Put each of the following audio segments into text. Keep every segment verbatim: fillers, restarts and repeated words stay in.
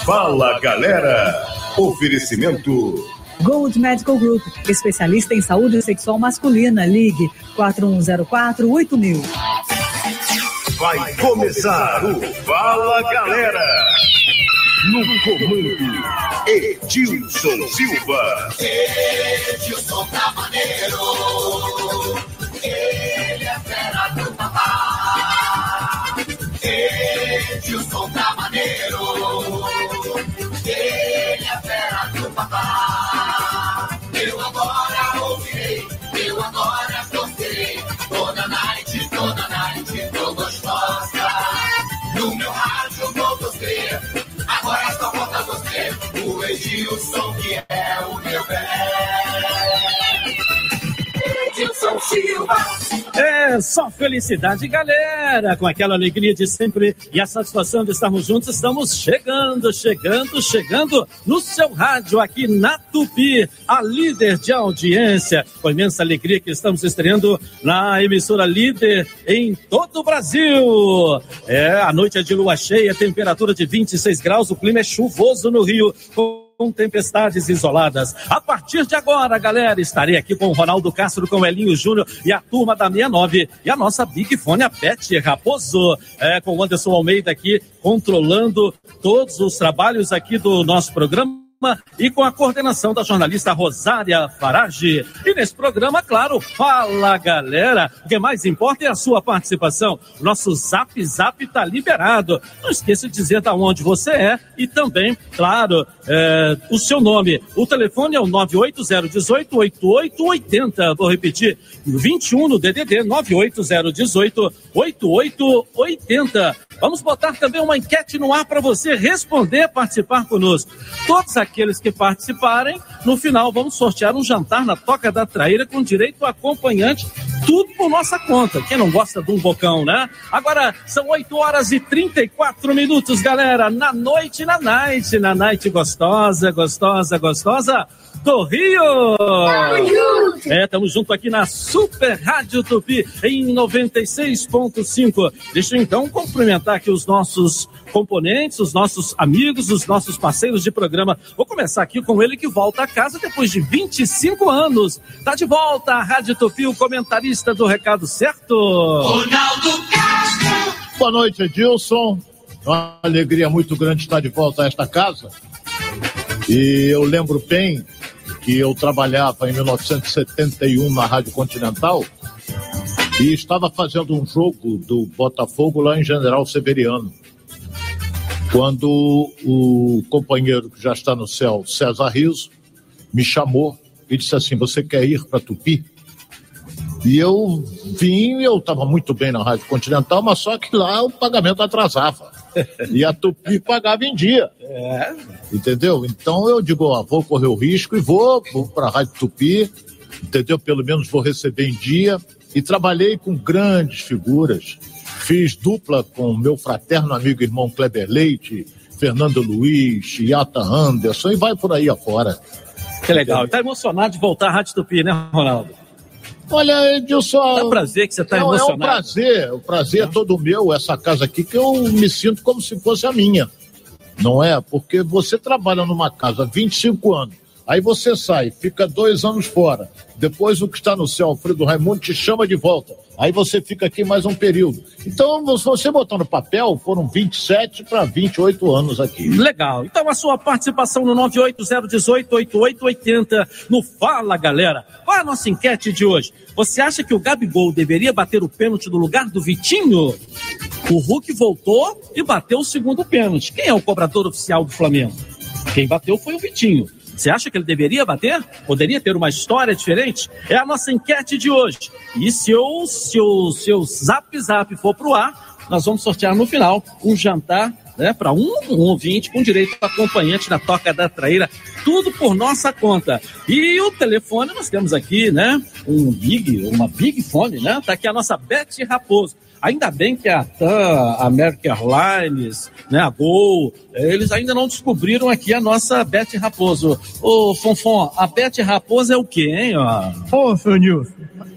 Fala, galera! Oferecimento Gold Medical Group, especialista em saúde sexual masculina. Ligue quatro um zero quatro oito mil. Vai começar o Fala, galera! No comando, Edilson Silva. Edilson tá maneiro. Ele é fera do papá. Edilson tá maneiro. Ele é fera do papá. Eu agora ouvirei, eu agora gostei. Toda night, toda night, tô gostosa. No meu rádio vou você. Agora só falta você, o Edilson que é o meu bem. Edilson Silva. É só felicidade, galera, com aquela alegria de sempre e a satisfação de estarmos juntos. Estamos chegando, chegando, chegando no seu rádio aqui na Tupi, a líder de audiência. Com imensa alegria que estamos estreando na emissora líder em todo o Brasil. É, a noite é de lua cheia, temperatura de vinte e seis graus, o clima é chuvoso no Rio, com com tempestades isoladas. A partir de agora, galera, estarei aqui com o Ronaldo Castro, com o Elinho Júnior e a turma da sessenta e nove e a nossa Big Fone, a Beth Raposo, é, com o Anderson Almeida aqui, controlando todos os trabalhos aqui do nosso programa. E com a coordenação da jornalista Rosária Farage. E nesse programa, claro, fala, galera. O que mais importa é a sua participação. O nosso Zap Zap tá liberado. Não esqueça de dizer de onde você é e também, claro, é, o seu nome. O telefone é o nove oito zero um oito, oito oito oito zero. Vou repetir, vinte e um no D D D, nove oito zero um oito, oito oito oito zero. Vamos botar também uma enquete no ar para você responder, participar conosco. Todos aqueles que participarem, no final vamos sortear um jantar na Toca da Traíra com direito a acompanhante, tudo por nossa conta. Quem não gosta de um bocão, né? Agora são oito horas e trinta e quatro minutos, galera, na noite, na night, na night gostosa, gostosa, gostosa do Rio. É, estamos junto aqui na Super Rádio Tupi em noventa e seis ponto cinco. Deixa eu então cumprimentar aqui os nossos componentes, os nossos amigos, os nossos parceiros de programa. Vou começar aqui com ele que volta a casa depois de vinte e cinco anos. Tá de volta a Rádio Tupi, o comentarista do Recado Certo, Ronaldo Castro. Boa noite, Edilson. Uma alegria muito grande estar de volta a esta casa. E eu lembro bem que eu trabalhava em mil novecentos e setenta e um na Rádio Continental e estava fazendo um jogo do Botafogo lá em General Severiano, quando o companheiro que já está no céu, César Riso, me chamou e disse assim: você quer ir para Tupi? E eu vim, eu estava muito bem na Rádio Continental, mas só que lá o pagamento atrasava. E a Tupi pagava em dia. É. Entendeu? Então eu digo, ó, vou correr o risco e vou, vou para a Rádio Tupi, entendeu? Pelo menos vou receber em dia. E trabalhei com grandes figuras. Fiz dupla com meu fraterno amigo irmão Kleber Leite, Fernando Luiz, Yata Anderson, e vai por aí afora. Que legal. Está emocionado de voltar à Rádio Tupi, né, Ronaldo? Olha, Edilson... É um prazer que você está é, emocionado. É um prazer, o prazer é todo meu, essa casa aqui, que eu me sinto como se fosse a minha, não é? Porque você trabalha numa casa há vinte e cinco anos, aí você sai, fica dois anos fora, depois o que está no céu, Alfredo Raimundo, te chama de volta, aí você fica aqui mais um período. Então, se você botar no papel, foram vinte e sete para vinte e oito anos aqui. Legal. Então, a sua participação no nove oito zero um oito, oito oito oito zero no Fala, galera. Qual é a nossa enquete de hoje? Você acha que o Gabigol deveria bater o pênalti no lugar do Vitinho? O Hulk voltou e bateu o segundo pênalti. Quem é o cobrador oficial do Flamengo? Quem bateu foi o Vitinho. Você acha que ele deveria bater? Poderia ter uma história diferente? É a nossa enquete de hoje. E se o seu, seu zap zap for pro ar, nós vamos sortear no final um jantar, né, para um, um ouvinte com direito a acompanhante na Toca da Traíra. Tudo por nossa conta. E o telefone, nós temos aqui, né, um big, uma big fone, né? Tá aqui a nossa Beth Raposo. Ainda bem que a TAM, a American Airlines, né, a Gol, eles ainda não descobriram aqui a nossa Beth Raposo. Ô, Fonfon, a Beth Raposo é o quê, hein? Ô, seu Nilson,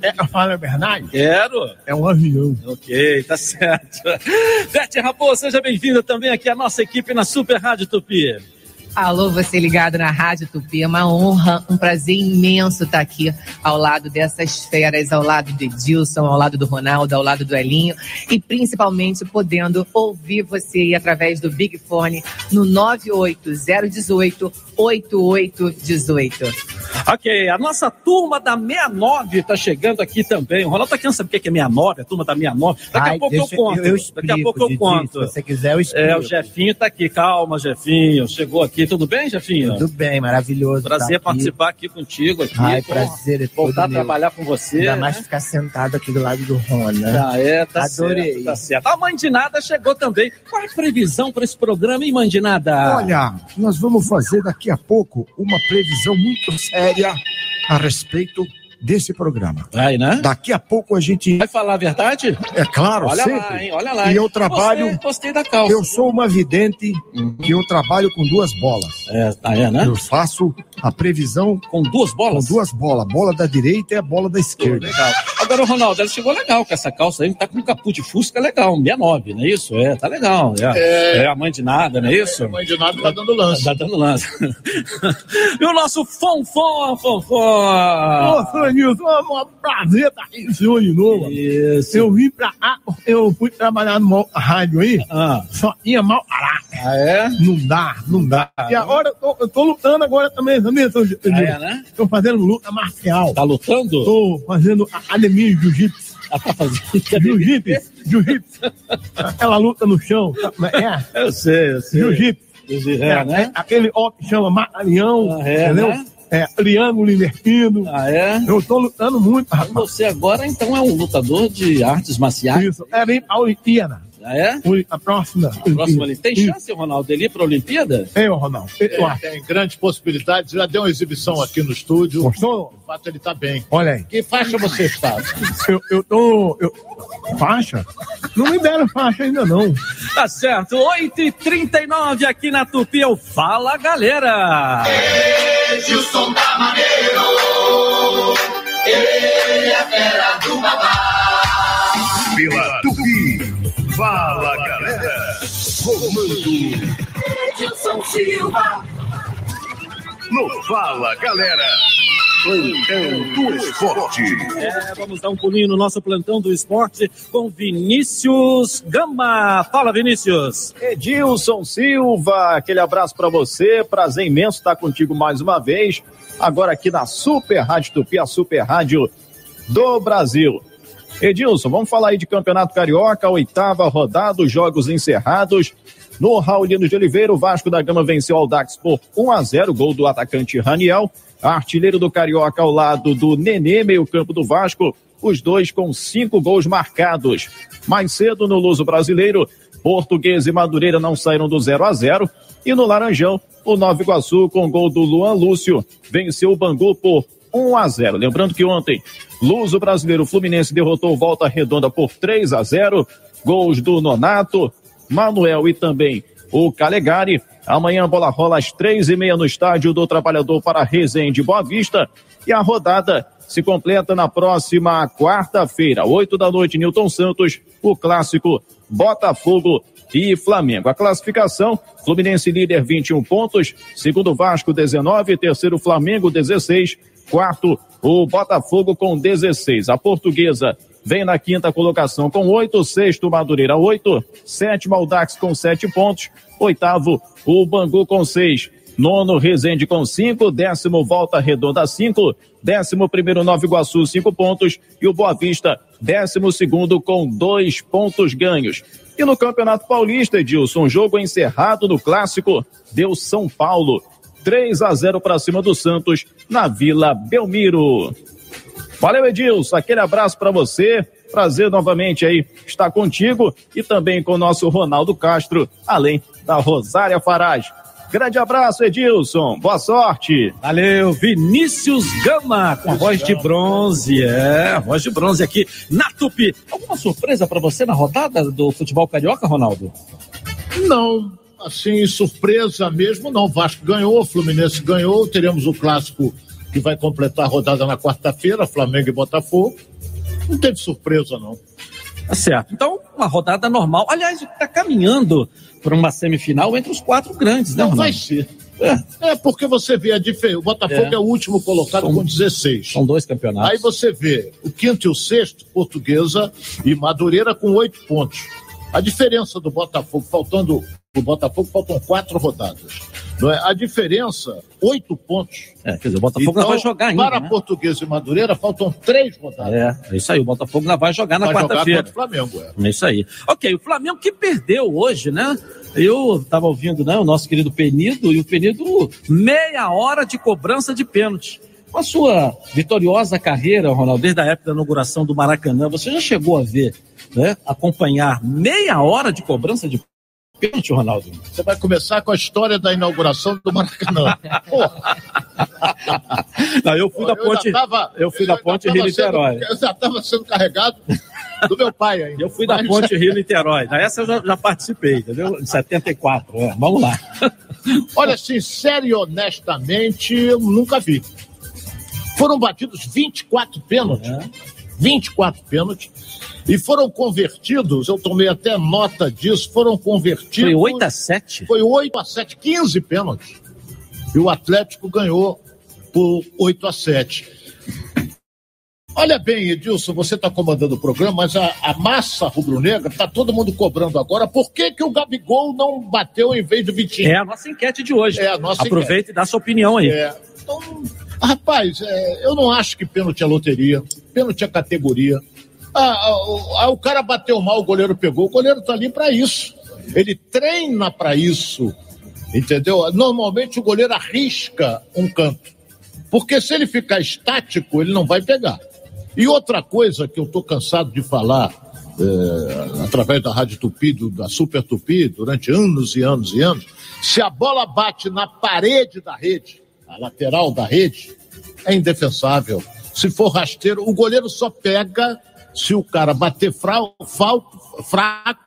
É, fala a verdade? Quero. É um avião. Ok, tá certo. Beth Raposo, seja bem-vinda também aqui à nossa equipe na Super Rádio Tupi. Alô, você ligado na Rádio Tupi, é uma honra, um prazer imenso estar aqui ao lado dessas feras, ao lado de Edilson, ao lado do Ronaldo, ao lado do Elinho e principalmente podendo ouvir você aí através do Big Fone no nove oito zero um oito, oito oito um oito. Ok, a nossa turma da sessenta e nove está chegando aqui também. O Ronaldo tá querendo saber o que é sessenta e nove, a turma da sessenta e nove. Daqui Ai, a pouco deixa, eu conto. Eu, eu explico, Daqui a pouco eu Didi, conto. Se você quiser, eu explico. É, o Jefinho tá aqui. Calma, Jefinho. Chegou aqui. Tudo bem, Jefinho? Tudo bem, maravilhoso. Prazer tá participar aqui contigo. Aqui. Ai, Pô, prazer é todo voltar a meu. trabalhar com você. Ainda né? mais ficar sentado aqui do lado do Rona. Ah, é, tá Adorei. certo, tá certo. A Mãe de Nada chegou também. Qual é a previsão para esse programa, hein, Mãe de Nada? Olha, nós vamos fazer daqui a pouco uma previsão muito séria a respeito desse programa. Vai, né? Daqui a pouco a gente... Vai falar a verdade? É claro, Olha sempre. lá, hein? Olha lá. E hein? eu trabalho... Gostei, gostei da calça. Eu sou uma vidente Uhum. que eu trabalho com duas bolas. É, ah, é, né? Eu faço a previsão Com duas bolas? com duas bolas. A bola da direita e a bola da esquerda. Legal. Agora o Ronaldo, ela chegou legal com essa calça aí, tá com um capuz de fusca legal, sessenta e nove, não é isso? É, tá legal. É, É. é a Mãe de Nada, não é isso? A Mãe de Nada tá dando lance. Tá dando lance. E o nosso Fonfon, Ah. Fonfon. Ô, Franilson, é um prazer estar aqui com o senhor de novo. Isso. Eu vim pra cá, eu fui trabalhar numa rádio aí, Ah, só tinha mal barato. ah é? Não dá, não dá. E agora eu tô, eu tô lutando agora também, também. Tô, Ah, é, né? tô fazendo luta marcial. Tá lutando? Tô fazendo academia de jiu-jitsu. Ah, tá fazendo. Jiu-jitsu, jiu-jitsu. Aquela luta no chão. É, Eu sei, eu sei. jiu-jitsu. É, É, né? é, aquele ó que chama Mata-Leão, Ah, é, entendeu? né? É, triângulo invertido. Ah, é? Eu tô lutando muito, rapaz. Você agora, então, é um lutador de artes marciais? Isso, é bem a Olimpíada. Ah, é? A próxima. Próximo ali. Tem Isso. chance, Ronaldo, dele ir pra Olimpíada? É, Ronaldo. Eu acho. Tem grandes possibilidades. Já deu uma exibição aqui no estúdio. Gostou? O fato ele tá bem. Olha aí. Que faixa você está? Eu, eu tô. Eu... Faixa? Não me deram faixa ainda, não. Tá certo, oito e trinta e nove aqui na Tupi, eu Fala Galera. Edilson da Maneiro, ele é fera do babá. Pela Tupi. Fala, galera. Comando Edilson Silva, no Fala, galera. Plantão do Esporte. É, vamos dar um pulinho no nosso plantão do esporte com Vinícius Gama. Fala, Vinícius. Edilson Silva, aquele abraço para você, prazer imenso estar contigo mais uma vez, agora aqui na Super Rádio Tupi, a Super Rádio do Brasil. Edilson, vamos falar aí de Campeonato Carioca, oitava rodada, os jogos encerrados. No Raulino de Oliveira, o Vasco da Gama venceu o Audax por um a zero, gol do atacante Raniel, artilheiro do Carioca ao lado do Nenê, meio campo do Vasco, os dois com cinco gols marcados. Mais cedo no Luso Brasileiro, Português e Madureira não saíram do zero a zero, e no Laranjão, o Nova Iguaçu, com gol do Luan Lúcio, venceu o Bangu por um a zero. Lembrando que ontem, Luso Brasileiro Fluminense derrotou Volta Redonda por três a zero, gols do Nonato, Manuel e também o Calegari. Amanhã a bola rola às três e meia no Estádio do Trabalhador para Resende Boa Vista, e a rodada se completa na próxima quarta-feira, oito da noite, Newton Santos, o clássico Botafogo e Flamengo. A classificação: Fluminense líder vinte e um pontos, segundo Vasco dezenove, terceiro Flamengo dezesseis, quarto o Botafogo com dezesseis. A Portuguesa vem na quinta colocação com oito, sexto Madureira oito, sétimo Audax com sete pontos, oitavo o Bangu com seis, nono Resende com cinco, décimo Volta Redonda cinco, décimo primeiro Nova Iguaçu cinco pontos e o Boa Vista décimo segundo com dois pontos ganhos. E no Campeonato Paulista, Edilson, jogo encerrado no clássico, deu São Paulo três a zero para cima do Santos na Vila Belmiro. Valeu, Edilson, aquele abraço para você, prazer novamente aí estar contigo e também com o nosso Ronaldo Castro, além da Rosária Farage. Grande abraço, Edilson, boa sorte. Valeu, Vinícius Gama, com a voz de bronze, é, a voz de bronze aqui na Tupi. Alguma surpresa para você na rodada do futebol carioca, Ronaldo? Não, assim, surpresa mesmo não. O Vasco ganhou, o Fluminense ganhou, teremos o clássico que vai completar a rodada na quarta-feira, Flamengo e Botafogo. Não teve surpresa, não. Tá certo. Então, uma rodada normal. Aliás, está caminhando para uma semifinal entre os quatro grandes, né, Não Ronaldo? vai ser. É, é porque você vê a diferença. O Botafogo é, É. o último colocado São- com dezesseis. São dois campeonatos. Aí você vê o quinto e o sexto, Portuguesa e Madureira com oito pontos. A diferença do Botafogo, faltando o Botafogo, faltam quatro rodadas. Não é? A diferença, oito pontos. É, quer dizer, o Botafogo Então, não vai jogar ainda, para né? Portuguesa e Madureira, faltam três rodadas. É, é isso aí. O Botafogo ainda vai jogar na Vai jogar quarta-feira. contra o Flamengo, é. É isso aí. Ok, o Flamengo que perdeu hoje, né? Eu estava ouvindo, né, o nosso querido Penido, e o Penido, meia hora de cobrança de pênalti. Com a sua vitoriosa carreira, Ronaldo, desde a época da inauguração do Maracanã, você já chegou a ver, né, acompanhar meia hora de cobrança de pênalti, Ronaldo? Você vai começar com a história da inauguração do Maracanã. Porra. Não, eu fui Pô, da ponte, já tava- eu fui da já ponte tava Rio-Niterói. sendo- Eu já estava sendo carregado do meu pai ainda. Eu fui da Mas- ponte Rio-Niterói. Essa eu já, já participei, entendeu? Em setenta e quatro, é. Vamos lá. Olha, sincero e honestamente, eu nunca vi. Foram batidos vinte e quatro pênaltis. É. vinte e quatro pênaltis. E foram convertidos, eu tomei até nota disso, foram convertidos. Foi oito a sete? Foi oito a sete, quinze pênaltis. E o Atlético ganhou por oito a sete. Olha bem, Edilson, você está comandando o programa, mas a, a massa rubro-negra, está todo mundo cobrando agora. Por que, que o Gabigol não bateu em vez do Vitinho? É a nossa enquete de hoje. É a nossa Aproveita e dá sua opinião aí. É, então, rapaz, é, eu não acho que pênalti é loteria, pênalti é categoria. Ah, ah, ah, o cara bateu mal, o goleiro pegou, o goleiro está ali para isso. Ele treina para isso, entendeu? Normalmente o goleiro arrisca um canto, porque se ele ficar estático, ele não vai pegar. E outra coisa que eu estou cansado de falar, é, através da Rádio Tupi, do, da Super Tupi, durante anos e anos e anos, se a bola bate na parede da rede, a lateral da rede, é indefensável. Se for rasteiro, o goleiro só pega se o cara bater fra, falto, fraco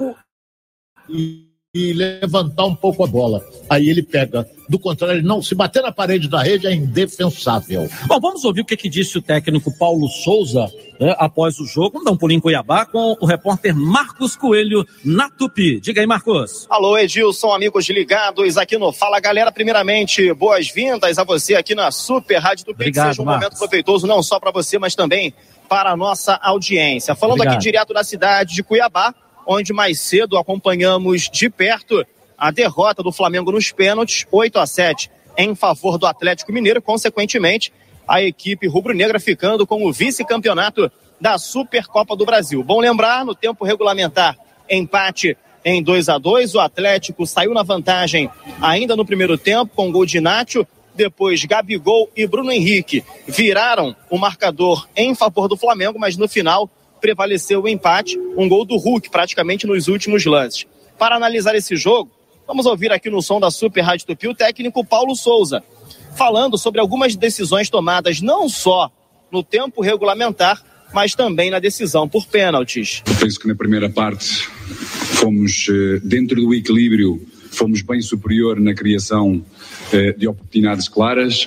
e, e levantar um pouco a bola. Aí ele pega. Do contrário, não. Se bater na parede da rede, é indefensável. Bom, vamos ouvir o que, que disse o técnico Paulo Souza, né, após o jogo. Vamos dar um pulinho em Cuiabá com o repórter Marcos Coelho na Tupi. Diga aí, Marcos. Alô, Edilson, amigos ligados aqui no Fala Galera. Primeiramente, boas-vindas a você aqui na Super Rádio Tupi. Obrigado, que seja um Marcos. momento proveitoso não só para você, mas também para a nossa audiência. Falando Obrigado. aqui direto da cidade de Cuiabá, onde mais cedo acompanhamos de perto a derrota do Flamengo nos pênaltis, oito a sete em favor do Atlético Mineiro. Consequentemente, a equipe rubro-negra ficando com o vice-campeonato da Supercopa do Brasil. Bom lembrar, no tempo regulamentar, empate em dois a dois. O Atlético saiu na vantagem ainda no primeiro tempo com gol de Nacho. Depois, Gabigol e Bruno Henrique viraram o marcador em favor do Flamengo, mas no final prevaleceu o empate, um gol do Hulk praticamente nos últimos lances. Para analisar esse jogo, vamos ouvir aqui no som da Super Rádio Tupi o técnico Paulo Souza, falando sobre algumas decisões tomadas não só no tempo regulamentar, mas também na decisão por pênaltis. Eu penso que na primeira parte fomos, dentro do equilíbrio, fomos bem superior na criação de oportunidades claras.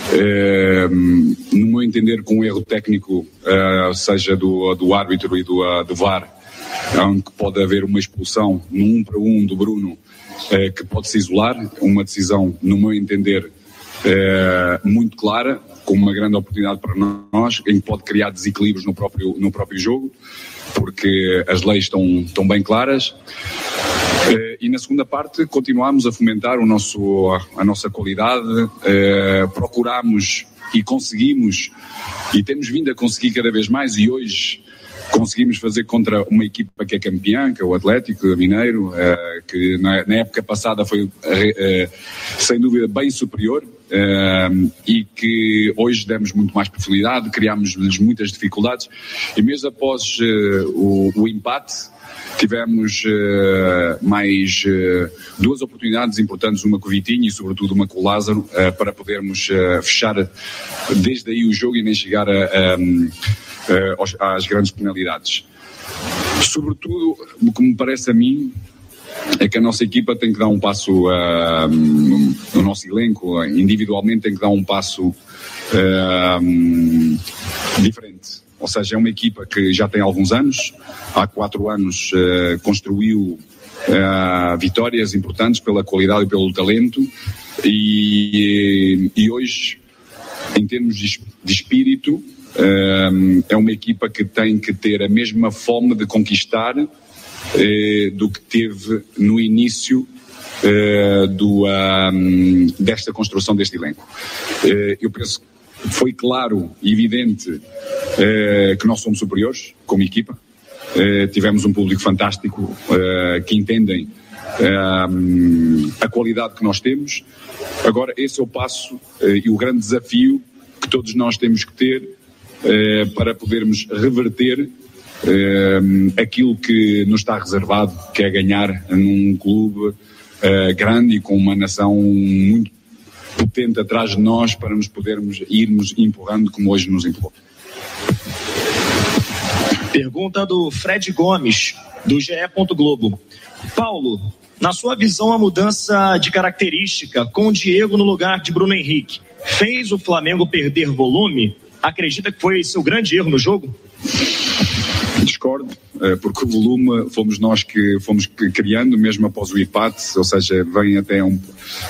No meu entender, com um erro técnico, seja do, do árbitro e do, do V A R, onde pode haver uma expulsão no um para um do Bruno, que pode se isolar, uma decisão, no meu entender, muito clara, com uma grande oportunidade para nós, em que pode criar desequilíbrios no próprio, no próprio jogo, porque as leis estão, estão bem claras. E na segunda parte continuamos a fomentar o nosso, a nossa qualidade, procuramos e conseguimos, e temos vindo a conseguir cada vez mais, e hoje conseguimos fazer contra uma equipa que é campeã, que é o Atlético Mineiro, que na época passada foi sem dúvida bem superior, e que hoje demos muito mais profundidade, criámos-lhes muitas dificuldades, e mesmo após o, o empate tivemos uh, mais uh, duas oportunidades importantes, uma com o Vitinho e sobretudo uma com o Lázaro, uh, para podermos uh, fechar desde aí o jogo e nem chegar a, a, a, aos, às grandes penalidades. Sobretudo, o que me parece a mim é que a nossa equipa tem que dar um passo, uh, no nosso elenco, individualmente tem que dar um passo uh, diferente. ou seja, é uma equipa que já tem alguns anos, há quatro anos uh, construiu uh, vitórias importantes pela qualidade e pelo talento, e, e hoje, em termos de, de espírito, uh, é uma equipa que tem que ter a mesma fome de conquistar uh, do que teve no início Uh, do, um, desta construção deste elenco. Uh, eu penso que foi claro e evidente uh, que nós somos superiores como equipa. Uh, tivemos um público fantástico uh, que entendem uh, a qualidade que nós temos. Agora, esse é o passo uh, e o grande desafio que todos nós temos que ter uh, para podermos reverter uh, aquilo que nos está reservado, que é ganhar num clube Uh, grande e com uma nação muito potente atrás de nós para nos podermos irmos empurrando como hoje nos empurrou. Pergunta do Fred Gomes, do G E. Globo. Paulo, na sua visão, a mudança de característica com o Diego no lugar de Bruno Henrique fez o Flamengo perder volume? Acredita que foi seu grande erro no jogo? Discordo, porque o volume fomos nós que fomos criando mesmo após o empate, ou seja, vem até um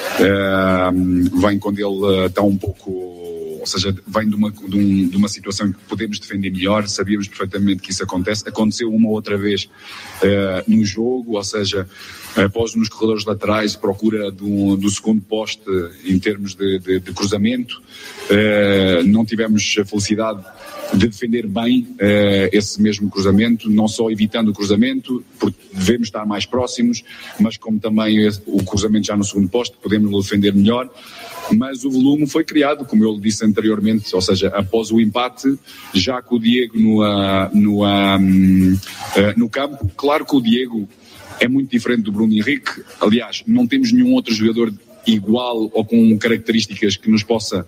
uh, vem quando ele está um pouco, ou seja, vem de uma, de, um, de uma situação em que podemos defender melhor, sabíamos perfeitamente que isso acontece, aconteceu uma outra vez uh, no jogo, ou seja, após nos corredores laterais, procura do, do segundo poste em termos de, de, de cruzamento, uh, não tivemos a felicidade de defender bem uh, esse mesmo cruzamento, não só evitando o cruzamento, porque devemos estar mais próximos, mas como também o cruzamento já no segundo posto, podemos defender melhor, mas o volume foi criado, como eu disse anteriormente, ou seja, após o empate, já com o Diego no, uh, no, um, uh, no campo. Claro que o Diego é muito diferente do Bruno Henrique, aliás, não temos nenhum outro jogador igual ou com características que nos possa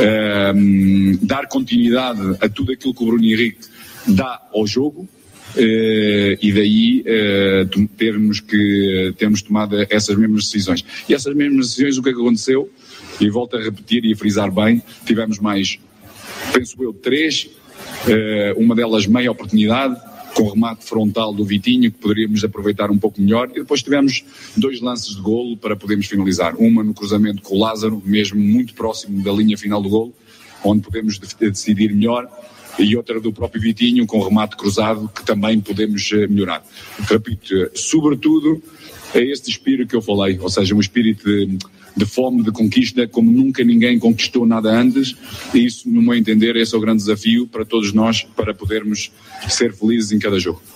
uh, dar continuidade a tudo aquilo que o Bruno Henrique dá ao jogo, uh, e daí uh, termos que termos tomado essas mesmas decisões. E essas mesmas decisões, o que é que aconteceu? E volto a repetir e a frisar bem, tivemos mais, penso eu, três, uh, uma delas meia oportunidade, com remate frontal do Vitinho, que poderíamos aproveitar um pouco melhor, e depois tivemos dois lances de golo para podermos finalizar. Uma no cruzamento com o Lázaro, mesmo muito próximo da linha final do golo, onde podemos decidir melhor, e outra do próprio Vitinho, com remate cruzado, que também podemos melhorar. Repito, sobretudo, é este espírito que eu falei, ou seja, um espírito de, de fome, de conquista, como nunca ninguém conquistou nada antes, e isso, no meu entender, esse é o grande desafio para todos nós, para podermos ser felizes em cada jogo.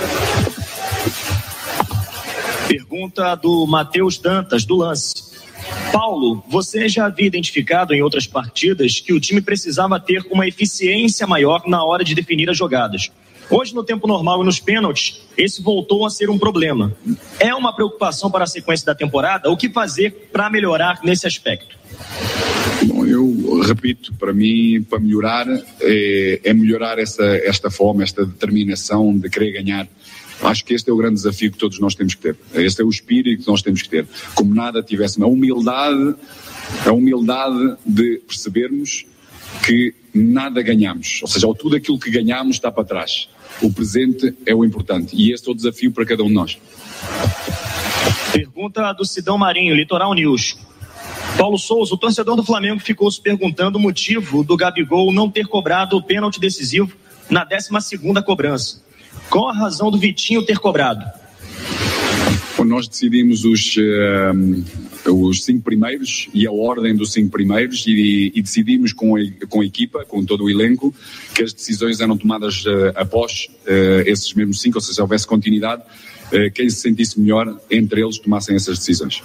Pergunta do Matheus Dantas, do Lance. Paulo, você já havia identificado em outras partidas que o time precisava ter uma eficiência maior na hora de definir as jogadas. Hoje, no tempo normal e nos pênaltis, esse voltou a ser um problema. É uma preocupação para a sequência da temporada? O que fazer para melhorar nesse aspecto? Bom, eu repito, para mim, para melhorar, é, é melhorar essa, esta fome, esta determinação de querer ganhar. Acho que este é o grande desafio que todos nós temos que ter. Este é o espírito que nós temos que ter. Como nada tivéssemos a humildade, a humildade de percebermos que nada ganhamos. Ou seja, tudo aquilo que ganhamos está para trás. O presente é o importante. E este é o desafio para cada um de nós. Pergunta do Sidão Marinho, Litoral News. Paulo Souza, o torcedor do Flamengo ficou se perguntando o motivo do Gabigol não ter cobrado o pênalti decisivo na décima segunda cobrança. Qual a razão do Vitinho ter cobrado? Bom, nós decidimos os, uh, os cinco primeiros e a ordem dos cinco primeiros e, e decidimos com a, com a equipa, com todo o elenco, que as decisões eram tomadas uh, após uh, esses mesmos cinco, ou seja, houvesse continuidade, uh, quem se sentisse melhor entre eles tomassem essas decisões.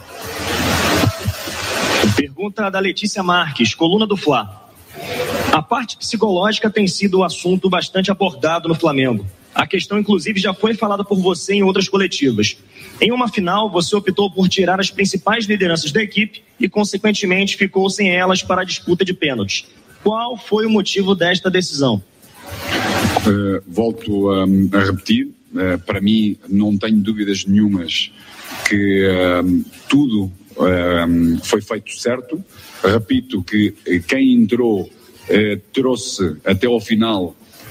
Pergunta da Letícia Marques, coluna do Fla. A parte psicológica tem sido um assunto bastante abordado no Flamengo. A questão, inclusive, já foi falada por você em outras coletivas. Em uma final, você optou por tirar as principais lideranças da equipe e, consequentemente, ficou sem elas para a disputa de pênaltis. Qual foi o motivo desta decisão? Uh, volto um, a repetir. Uh, para mim, não tenho dúvidas nenhumas que uh, tudo uh, foi feito certo. Repito que quem entrou uh, trouxe até ao final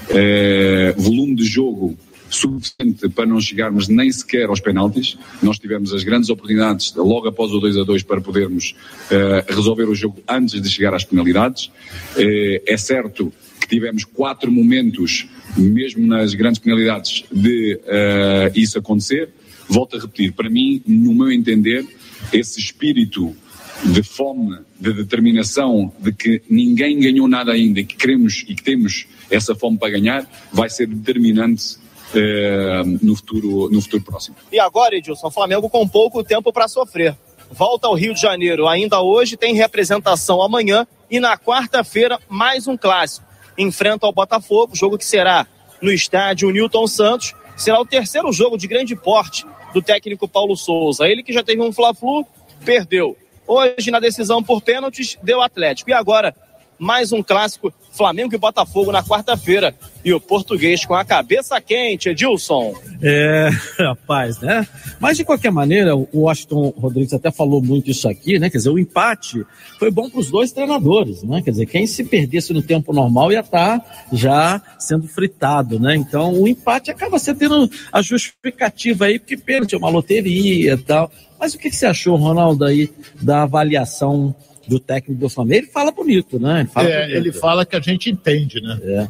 eh, volume de jogo suficiente para não chegarmos nem sequer aos penaltis. Nós tivemos as grandes oportunidades logo após o dois a dois para podermos uh, resolver o jogo antes de chegar às penalidades. Uh, é certo que tivemos quatro momentos, mesmo nas grandes penalidades, de uh, isso acontecer. Volto a repetir, para mim, no meu entender, esse espírito de fome, de determinação, de que ninguém ganhou nada ainda e que queremos e que temos essa fome para ganhar, vai ser determinante É, no, futuro, no futuro próximo. E agora, Edilson, o Flamengo com pouco tempo para sofrer. Volta ao Rio de Janeiro ainda hoje, tem representação amanhã e na quarta-feira mais um clássico. Enfrenta o Botafogo, jogo que será no estádio Newton Santos. Será o terceiro jogo de grande porte do técnico Paulo Souza. Ele que já teve um Fla-Flu, perdeu. Hoje, na decisão por pênaltis, deu Atlético. E agora, mais um clássico, Flamengo e Botafogo na quarta-feira. E o português com a cabeça quente, Edilson. É, rapaz, né? Mas de qualquer maneira, o Washington Rodrigues até falou muito isso aqui, né? Quer dizer, o empate foi bom para os dois treinadores, né? Quer dizer, quem se perdesse no tempo normal ia estar já sendo fritado, né? Então, o empate acaba sendo tendo a justificativa aí, porque pênalti é uma loteria e tal. Mas o que, que você achou, Ronaldo, aí, da avaliação do técnico do Flamengo? Ele fala bonito, né? Ele fala, é, bonito. Ele fala que a gente entende, né? É.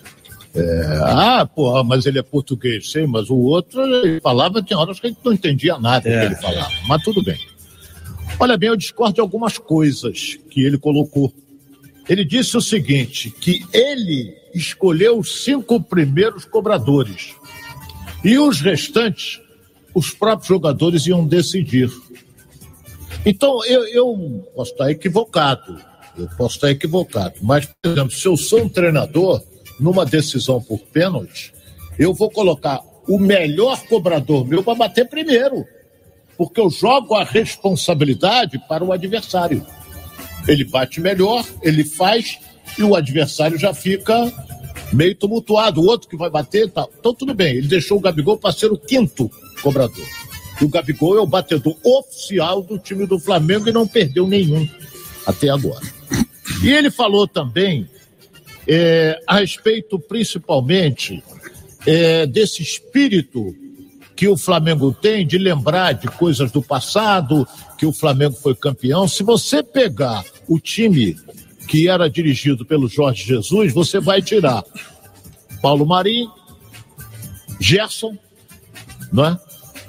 É, ah, porra, mas ele é português, sei, mas o outro, ele falava, tinha horas que a gente não entendia nada é. que ele falava, mas tudo bem. Olha bem, eu discordo de algumas coisas que ele colocou. Ele disse o seguinte, que ele escolheu os cinco primeiros cobradores e os restantes, os próprios jogadores iam decidir. Então, eu, eu posso estar equivocado, eu posso estar equivocado, mas, por exemplo, se eu sou um treinador, numa decisão por pênalti, eu vou colocar o melhor cobrador meu para bater primeiro, porque eu jogo a responsabilidade para o adversário. Ele bate melhor, ele faz, e o adversário já fica meio tumultuado. O outro que vai bater, tá. Então tudo bem, ele deixou o Gabigol para ser o quinto cobrador. E o Gabigol é o batedor oficial do time do Flamengo e não perdeu nenhum até agora. E ele falou também É, a respeito principalmente é, desse espírito que o Flamengo tem de lembrar de coisas do passado, que o Flamengo foi campeão. Se você pegar o time que era dirigido pelo Jorge Jesus, você vai tirar Paulo Marinho, Gerson, não é?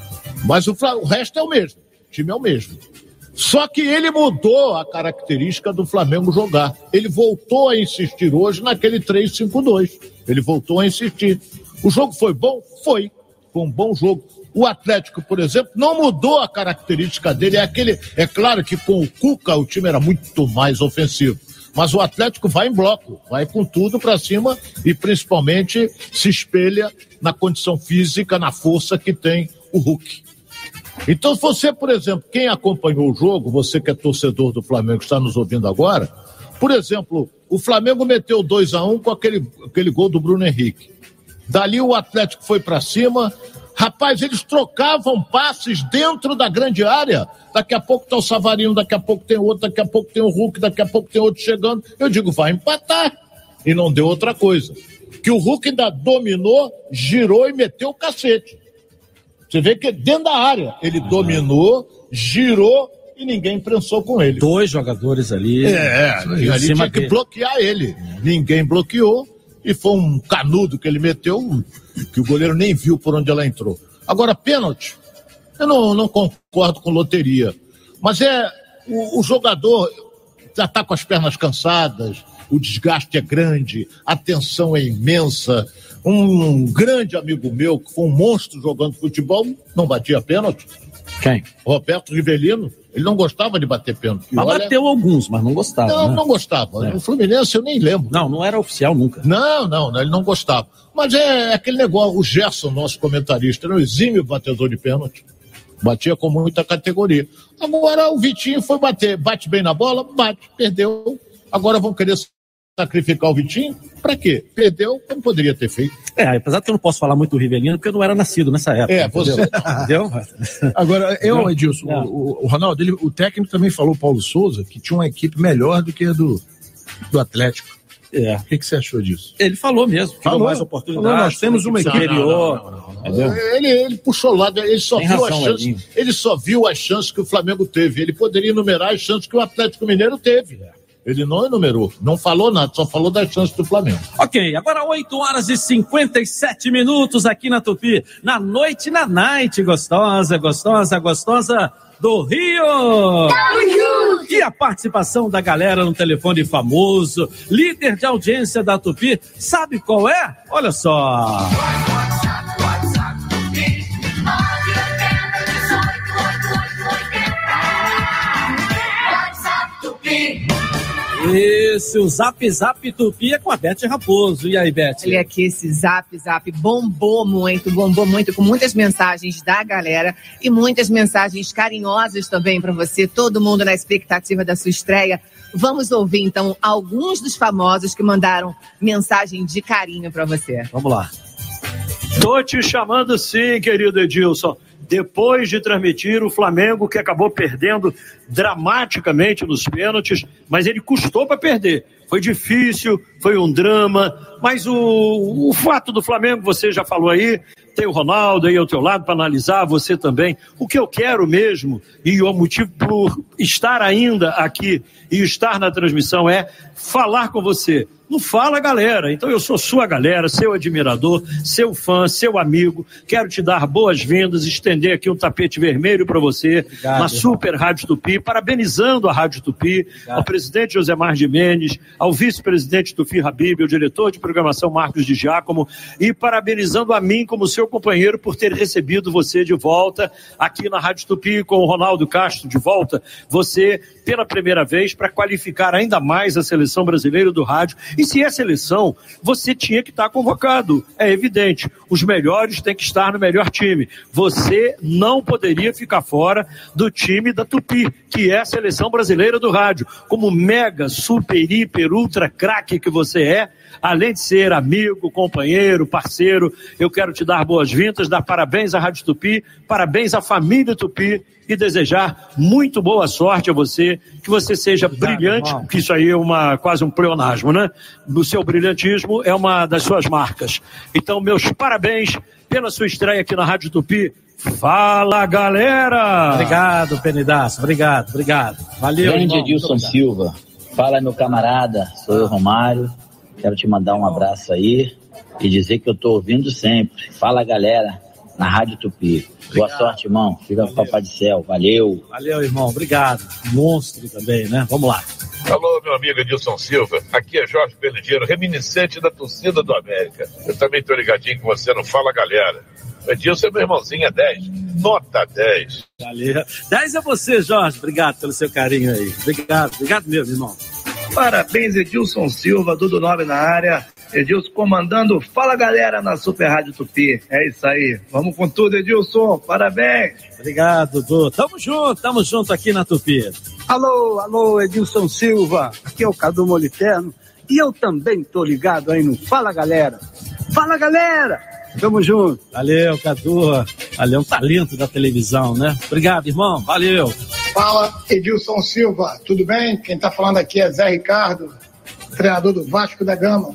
Mas o, o resto é o mesmo, o time é o mesmo. Só que ele mudou a característica do Flamengo jogar. Ele voltou a insistir hoje naquele três cinco dois. Ele voltou a insistir. O jogo foi bom? Foi. Foi um bom jogo. O Atlético, por exemplo, não mudou a característica dele. É, aquele, é claro que com o Cuca o time era muito mais ofensivo. Mas o Atlético vai em bloco, vai com tudo para cima e principalmente se espelha na condição física, na força que tem o Hulk. Então, se você, por exemplo, quem acompanhou o jogo, você que é torcedor do Flamengo, está nos ouvindo agora, por exemplo, o Flamengo meteu dois a um com aquele, aquele gol do Bruno Henrique. Dali o Atlético foi para cima. Rapaz, eles trocavam passes dentro da grande área. Daqui a pouco está o Savarino, daqui a pouco tem outro, daqui a pouco tem o Hulk, daqui a pouco tem outro chegando. Eu digo, vai empatar. E não deu outra coisa. Que o Hulk ainda dominou, girou e meteu o cacete. Você vê que dentro da área ele ah, dominou, girou e ninguém prensou com ele. Dois jogadores ali. É, ali tinha que bloquear ele. Ninguém bloqueou e foi um canudo que ele meteu que o goleiro nem viu por onde ela entrou. Agora, pênalti, eu não, não concordo com loteria. Mas é, o, o jogador já está com as pernas cansadas, o desgaste é grande, a tensão é imensa. Um grande amigo meu, que foi um monstro jogando futebol, não batia pênalti. Quem? Roberto Rivelino. Ele não gostava de bater pênalti. Mas olha... bateu alguns, mas não gostava. Não, né? não gostava. É. O Fluminense eu nem lembro. Não, não era oficial nunca. Não, não, ele não gostava. Mas é aquele negócio, o Gerson, nosso comentarista, era um exímio batedor de pênalti. Batia com muita categoria. Agora o Vitinho foi bater. Bate bem na bola? Bate. Perdeu. Agora vão querer sacrificar o Vitinho? Pra quê? Perdeu, como poderia ter feito. É, apesar que eu não posso falar muito do Rivelino, porque eu não era nascido nessa época. É, você... Entendeu? Agora, eu, Edilson, é. o, o Ronaldo, ele, o técnico também falou, Paulo Souza, que tinha uma equipe melhor do que a do, do Atlético. É. O que, que você achou disso? Ele falou mesmo, que Falou. deu mais oportunidades. Falou, nós temos uma equipe. superior. Ele, ele puxou o lado, ele só, Tem viu razão, as chances, Elinho. ele só viu as chances que o Flamengo teve. Ele poderia enumerar as chances que o Atlético Mineiro teve. Ele não enumerou, não falou nada, só falou das chances do Flamengo. Ok, agora oito horas e cinquenta e sete minutos aqui na Tupi, na noite, na night, gostosa, gostosa, gostosa do Rio. E a participação da galera no telefone famoso, líder de audiência da Tupi, sabe qual é? Olha só. Esse, o Zap Zap Tupi é com a Beth Raposo. E aí, Beth? Olha aqui, esse Zap Zap bombou muito, bombou muito, com muitas mensagens da galera e muitas mensagens carinhosas também para você, todo mundo na expectativa da sua estreia. Vamos ouvir, então, alguns dos famosos que mandaram mensagem de carinho para você. Vamos lá. Tô te chamando sim, querido Edilson. Depois de transmitir o Flamengo, que acabou perdendo dramaticamente nos pênaltis, mas ele custou para perder. Foi difícil, foi um drama, mas o, o fato do Flamengo, você já falou aí, tem o Ronaldo aí ao teu lado para analisar, você também. O que eu quero mesmo, e o motivo por estar ainda aqui e estar na transmissão é falar com você. Não fala, galera. Então eu sou sua galera, seu admirador, seu fã, seu amigo. Quero te dar boas-vindas, estender aqui um tapete vermelho para você. Obrigado, na Super Rádio Tupi, parabenizando a Rádio Tupi, Obrigado. Ao presidente Josemar Gimenez, ao vice-presidente Tufi Habib, ao diretor de programação Marcos de Giacomo, e parabenizando a mim como seu companheiro por ter recebido você de volta aqui na Rádio Tupi, com o Ronaldo Castro de volta, você pela primeira vez para qualificar ainda mais a seleção brasileira do rádio. E se é seleção, você tinha que estar convocado, é evidente. Os melhores têm que estar no melhor time. Você não poderia ficar fora do time da Tupi, que é a seleção brasileira do rádio. Como mega, super, hiper, ultra craque que você é, além de ser amigo, companheiro, parceiro, eu quero te dar boas-vindas, dar parabéns à Rádio Tupi, parabéns à família Tupi e desejar muito boa sorte a você, que você seja Obrigado, brilhante, irmão. Que isso aí é uma, quase um pleonasmo, né? O seu brilhantismo é uma das suas marcas. Então, meus parabéns pela sua estreia aqui na Rádio Tupi. Fala, galera! Obrigado, Penidaço, obrigado, obrigado. Valeu, Grande irmão, Edilson Silva. Fala, meu camarada, sou eu, Romário. Quero te mandar um abraço aí e dizer que eu tô ouvindo sempre. Fala, galera, na Rádio Tupi. Boa Obrigado. Sorte, irmão. Fica com o Papai do Céu. Valeu. Valeu, irmão. Obrigado. Monstro também, né? Vamos lá. Alô, meu amigo Edilson Silva. Aqui é Jorge Benedeiro, reminiscente da torcida do América. Eu também tô ligadinho com você no Fala, galera. O Edilson é meu irmãozinho, é dez. Nota dez. Valeu. dez é você, Jorge. Obrigado pelo seu carinho aí. Obrigado. Obrigado mesmo, irmão. Parabéns, Edilson Silva, Dudu Nobre na área. Edilson comandando Fala Galera na Super Rádio Tupi. É isso aí. Vamos com tudo, Edilson. Parabéns. Obrigado, Dudu. Tamo junto, tamo junto aqui na Tupi. Alô, alô, Edilson Silva. Aqui é o Cadu Moliterno. E eu também tô ligado aí no Fala Galera. Fala, galera. Tamo junto. Valeu, Cadu. Valeu, um talento da televisão, né? Obrigado, irmão. Valeu. Fala, Edilson Silva. Tudo bem? Quem tá falando aqui é Zé Ricardo, treinador do Vasco da Gama.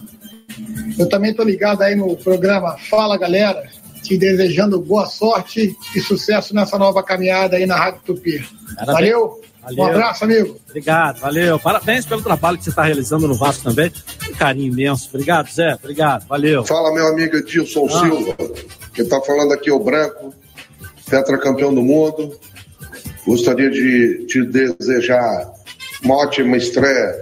Eu também tô ligado aí no programa Fala Galera, te desejando boa sorte e sucesso nessa nova caminhada aí na Rádio Tupi. Valeu, valeu. Um abraço, amigo. Obrigado, valeu. Parabéns pelo trabalho que você está realizando no Vasco também. Um carinho imenso. Obrigado, Zé. Obrigado, valeu. Fala, meu amigo Edilson ah. Silva. Quem tá falando aqui é o Branco, tetracampeão do mundo. Gostaria de te desejar uma ótima estreia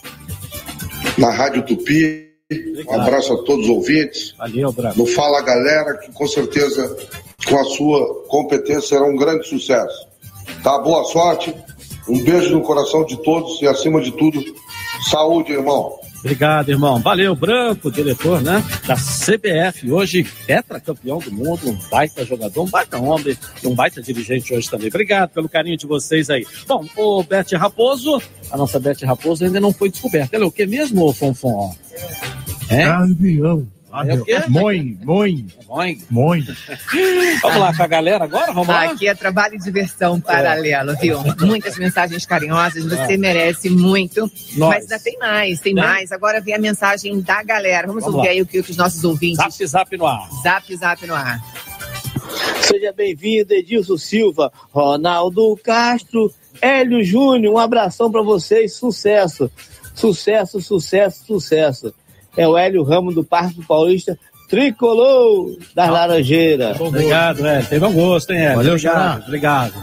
na Rádio Tupi. Obrigado. Um abraço a todos os ouvintes. Valeu, Branco. No Fala Galera, que com certeza com a sua competência será um grande sucesso. Tá? Boa sorte, um beijo no coração de todos e acima de tudo, saúde, irmão. Obrigado, irmão. Valeu, Branco, diretor, né, da C B F, hoje tetracampeão do mundo, um baita jogador, um baita homem e um baita dirigente hoje também. Obrigado pelo carinho de vocês aí. Bom, o Beth Raposo, a nossa Beth Raposo ainda não foi descoberta. Ela é o que mesmo, Fonfon? É? Avião. É o quê? Moin, moin. Moin. Moin. Vamos lá com a galera agora? Vamos lá? Aqui é trabalho e diversão paralelo, viu? Muitas mensagens carinhosas, você É. merece muito. Nós. Mas ainda tem mais, tem Né? mais. Agora vem a mensagem da galera. Vamos, Vamos ouvir lá. aí o que os nossos ouvintes... Zap, zap no ar. Zap, zap no ar. Seja bem-vindo, Edilson Silva, Ronaldo Castro, Hélio Júnior, um abração para vocês, sucesso, sucesso, sucesso, sucesso. É o Hélio Ramos do Parque Paulista, tricolor das Laranjeiras. Obrigado, Hélio. Teve um gosto, hein, Hélio? Valeu, obrigado, Gerardo. obrigado.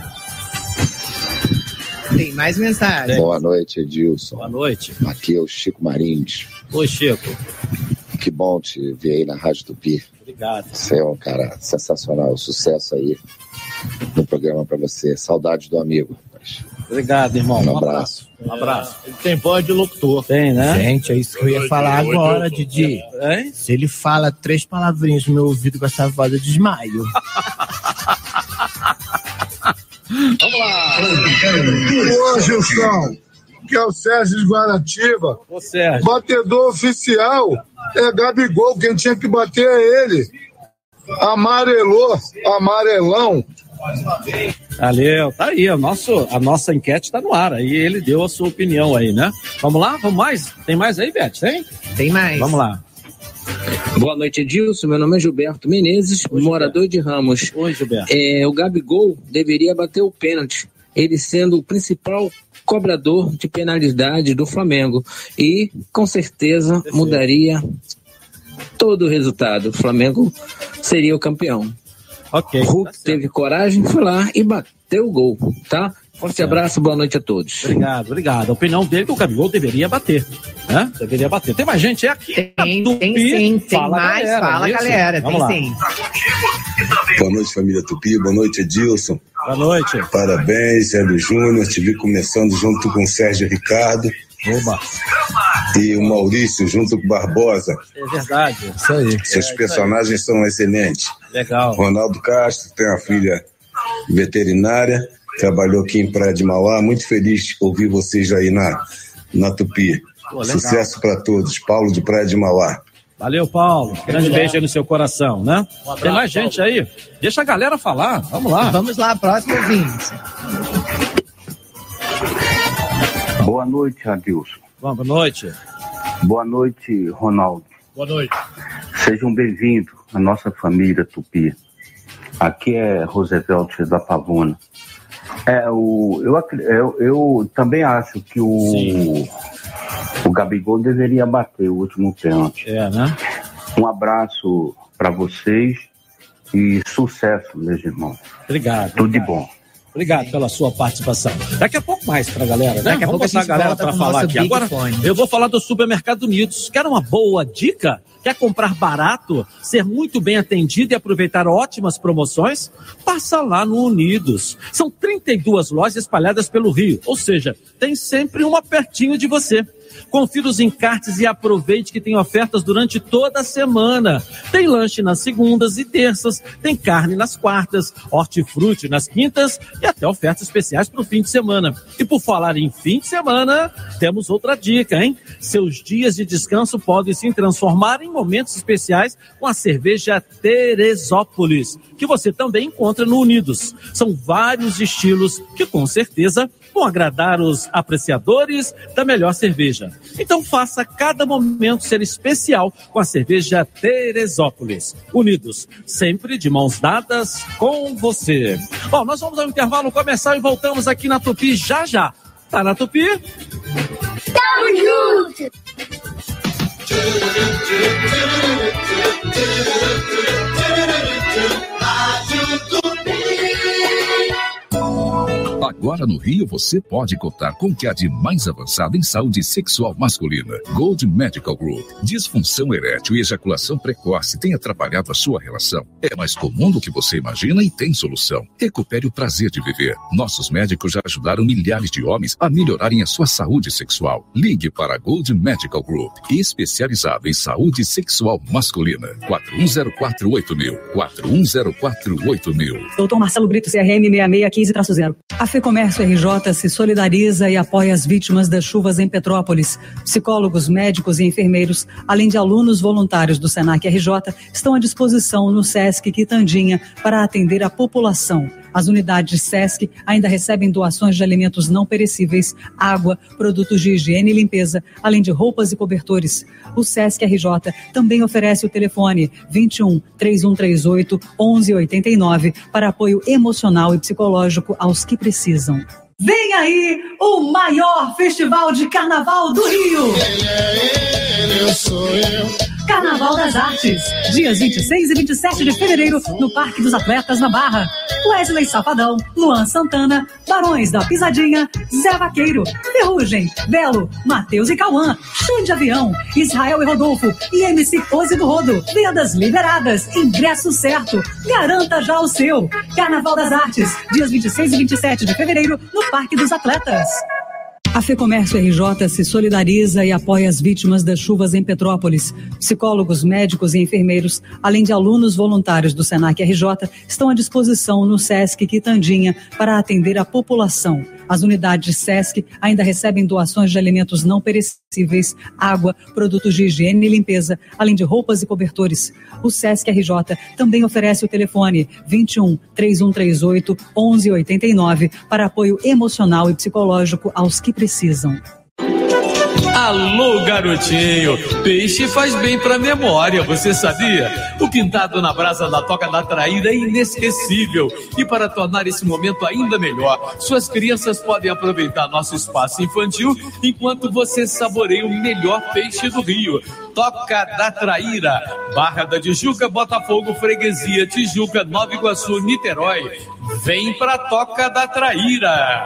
Tem mais mensagem. Boa noite, Edilson. Boa noite. Aqui é o Chico Marins. Oi, Chico. Que bom te ver aí na Rádio Tupi. Obrigado. Você é um cara sensacional. Sucesso aí no programa pra você. Saudade do amigo. Obrigado, irmão. Um abraço. Um abraço. Ele tem voz de locutor. Tem, né? Gente, é isso que eu ia falar agora, Didi. Hein? Se ele fala três palavrinhas no meu ouvido com essa voz, eu desmaio. Vamos lá. Ô, Gilson, que é o Sérgio de Guaratiba. Ô, Sérgio. Batedor oficial é Gabigol, quem tinha que bater é ele. Amarelou, amarelão. Valeu, tá aí, o nosso, a nossa enquete tá no ar, aí ele deu a sua opinião aí, né? Vamos lá, vamos mais? Tem mais aí, Beth, tem? Tem mais. Vamos lá. Boa noite, Edilson. Meu nome é Gilberto Menezes, Oi, morador Gilberto. de Ramos. Oi, Gilberto. É, o Gabigol deveria bater o pênalti, ele sendo o principal cobrador de penalidade do Flamengo. E, com certeza, Perfeito. mudaria todo o resultado. O Flamengo seria o campeão. Ok. O Hulk tá teve coragem, foi lá e bateu o gol, tá? Forte abraço, boa noite a todos. Obrigado, obrigado. A opinião dele é que o Gabigol deveria bater, né? Deveria bater. Tem mais gente aqui? Tem, tem sim, tem fala mais, galera, fala isso? galera, Vamos tem lá. sim. Boa noite, família Tupi, boa noite, Edilson. Boa noite. Parabéns, Hélio Júnior, te vi começando junto com o Sérgio Ricardo. Oba. E o Maurício junto com o Barbosa. É verdade. Isso aí. Seus é, personagens são excelentes. Legal. Ronaldo Castro tem uma filha veterinária, trabalhou aqui em Praia de Mauá. Muito feliz de ouvir vocês aí na, na Tupi. Pô, sucesso para todos. Paulo de Praia de Mauá. Valeu, Paulo. Grande beijo aí no seu coração, né? Um abraço, tem mais gente Paulo. Aí? Deixa a galera falar. Vamos lá. Vamos lá, próximo ouvinte. Boa noite, Adilson. Boa noite. Boa noite, Ronaldo. Boa noite. Sejam bem-vindos à nossa família Tupi. Aqui é Roosevelt da Pavuna. É, o, eu, eu, eu também acho que o, o Gabigol deveria bater o último pênalti. É, né? Um abraço para vocês e sucesso, meus irmãos. Obrigado. Tudo de bom. Obrigado pela sua participação. Daqui a pouco mais pra galera, né? Daqui a Vamos pouco a botar gente a galera volta pra com o falar nosso aqui. Big Agora Fone. eu vou falar do Supermercado Unidos. Quer uma boa dica? Quer comprar barato, ser muito bem atendido e aproveitar ótimas promoções? Passa lá no Unidos. São trinta e duas lojas espalhadas pelo Rio, ou seja, tem sempre uma pertinho de você. Confira os encartes e aproveite que tem ofertas durante toda a semana. Tem lanche nas segundas e terças, tem carne nas quartas, hortifruti nas quintas e até ofertas especiais para o fim de semana. E por falar em fim de semana, temos outra dica, hein? Seus dias de descanso podem se transformar em momentos especiais com a cerveja Teresópolis, que você também encontra no Unidos. São vários estilos que com certeza vão agradar os apreciadores da melhor cerveja. Então faça cada momento ser especial com a cerveja Teresópolis. Unidos, sempre de mãos dadas com você. Bom, nós vamos ao intervalo comercial e voltamos aqui na Tupi já já. Tá na Tupi? Tamo junto! Agora no Rio você pode contar com o que há de mais avançado em saúde sexual masculina. Gold Medical Group. Disfunção erétil e ejaculação precoce tem atrapalhado a sua relação. É mais comum do que você imagina e tem solução. Recupere o prazer de viver. Nossos médicos já ajudaram milhares de homens a melhorarem a sua saúde sexual. Ligue para a Gold Medical Group, especializado em saúde sexual masculina. quatro um zero quatro oito mil. quatro um zero quatro oito mil. Doutor Marcelo Brito, C R M seis seis um cinco traço zero. A FEComércio Fecomércio R J se solidariza e apoia as vítimas das chuvas em Petrópolis. Psicólogos, médicos e enfermeiros, além de alunos voluntários do Senac R J, estão à disposição no Sesc Quitandinha para atender a população. As unidades Sesc ainda recebem doações de alimentos não perecíveis, água, produtos de higiene e limpeza, além de roupas e cobertores. O Sesc R J também oferece o telefone vinte e um, três um três oito, onze oitenta e nove para apoio emocional e psicológico aos que precisam. Vem aí o maior festival de carnaval do Rio! Ele é ele, eu sou eu. Carnaval das Artes, dias vinte e seis e vinte e sete de fevereiro, no Parque dos Atletas, na Barra. Wesley Safadão, Luan Santana, Barões da Pisadinha, Zé Vaqueiro, Ferrugem, Belo, Matheus e Cauã, Show de Avião, Israel e Rodolfo e M C Pose do Rodo. Vendas liberadas, ingresso certo. Garanta já o seu. Carnaval das Artes, dias vinte e seis e vinte e sete de fevereiro, no Parque dos Atletas. A Fecomércio R J se solidariza e apoia as vítimas das chuvas em Petrópolis. Psicólogos, médicos e enfermeiros, além de alunos voluntários do Senac R J, estão à disposição no Sesc Quitandinha para atender a população. As unidades Sesc ainda recebem doações de alimentos não perecíveis, água, produtos de higiene e limpeza, além de roupas e cobertores. O Sesc R J também oferece o telefone vinte e um, três um três oito, onze oitenta e nove para apoio emocional e psicológico aos que precisam. Alô, garotinho, peixe faz bem pra memória, você sabia? O pintado na brasa da Toca da Traíra é inesquecível. E para tornar esse momento ainda melhor, suas crianças podem aproveitar nosso espaço infantil enquanto você saboreia o melhor peixe do Rio. Toca da Traíra, Barra da Tijuca, Botafogo, Freguesia, Tijuca, Nova Iguaçu, Niterói. Vem pra Toca da Traíra.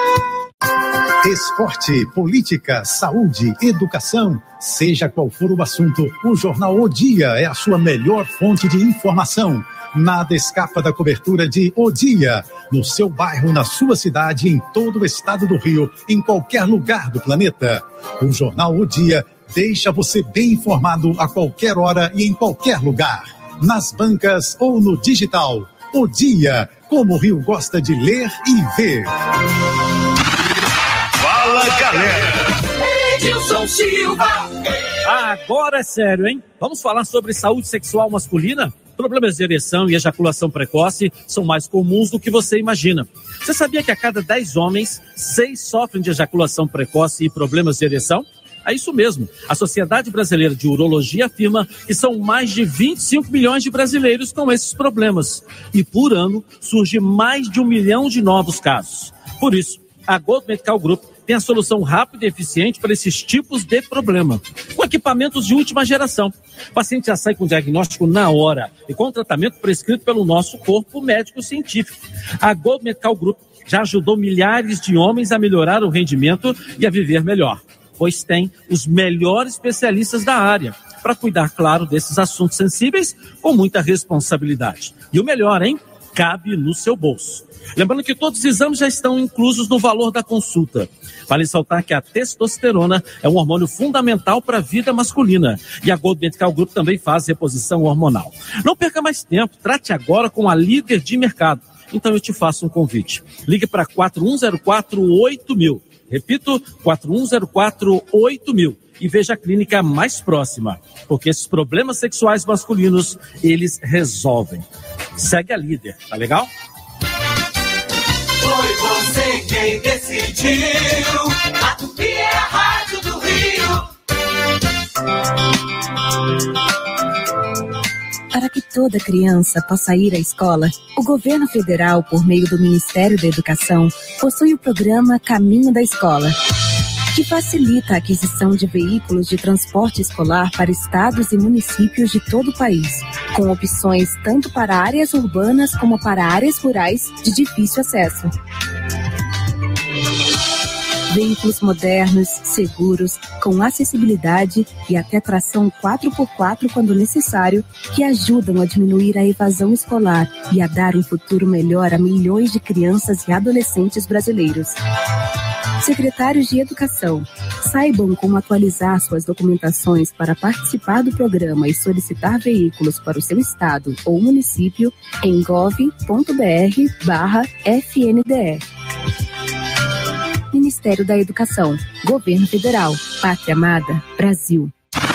Esporte, política, saúde, educação, seja qual for o assunto, o Jornal O Dia é a sua melhor fonte de informação. Nada escapa da cobertura de O Dia, no seu bairro, na sua cidade, em todo o estado do Rio, em qualquer lugar do planeta. O Jornal O Dia deixa você bem informado a qualquer hora e em qualquer lugar, nas bancas ou no digital. O Dia, como o Rio gosta de ler e ver. Fala, galera! Edilson Silva. Agora é sério, hein? Vamos falar sobre saúde sexual masculina? Problemas de ereção e ejaculação precoce são mais comuns do que você imagina. Você sabia que a cada dez homens, seis sofrem de ejaculação precoce e problemas de ereção? É isso mesmo. A Sociedade Brasileira de Urologia afirma que são mais de vinte e cinco milhões de brasileiros com esses problemas. E por ano surge mais de um milhão de novos casos. Por isso, a Gold Medical Group tem a solução rápida e eficiente para esses tipos de problema. Com equipamentos de última geração. O paciente já sai com o diagnóstico na hora e com o tratamento prescrito pelo nosso corpo médico científico. A Gold Medical Group já ajudou milhares de homens a melhorar o rendimento e a viver melhor, pois tem os melhores especialistas da área para cuidar, claro, desses assuntos sensíveis com muita responsabilidade. E o melhor, hein? Cabe no seu bolso. Lembrando que todos os exames já estão inclusos no valor da consulta. Vale ressaltar que a testosterona é um hormônio fundamental para a vida masculina. E a Gold Medical Group também faz reposição hormonal. Não perca mais tempo, trate agora com a líder de mercado. Então eu te faço um convite. Ligue para quatro um zero quatro oito mil. Repito, quatro um zero quatro oito mil. E veja a clínica mais próxima. Porque esses problemas sexuais masculinos, eles resolvem. Segue a líder, tá legal? Foi você quem decidiu. A Tupi é a rádio do Rio. Para que toda criança possa ir à escola, o governo federal, por meio do Ministério da Educação, possui o programa Caminho da Escola, que facilita a aquisição de veículos de transporte escolar para estados e municípios de todo o país, com opções tanto para áreas urbanas como para áreas rurais de difícil acesso. Veículos modernos, seguros, com acessibilidade e até tração quatro por quatro quando necessário, que ajudam a diminuir a evasão escolar e a dar um futuro melhor a milhões de crianças e adolescentes brasileiros. Secretários de Educação, saibam como atualizar suas documentações para participar do programa e solicitar veículos para o seu estado ou município em gov ponto br barra F N D E. Ministério da Educação, Governo Federal, Pátria Amada, Brasil.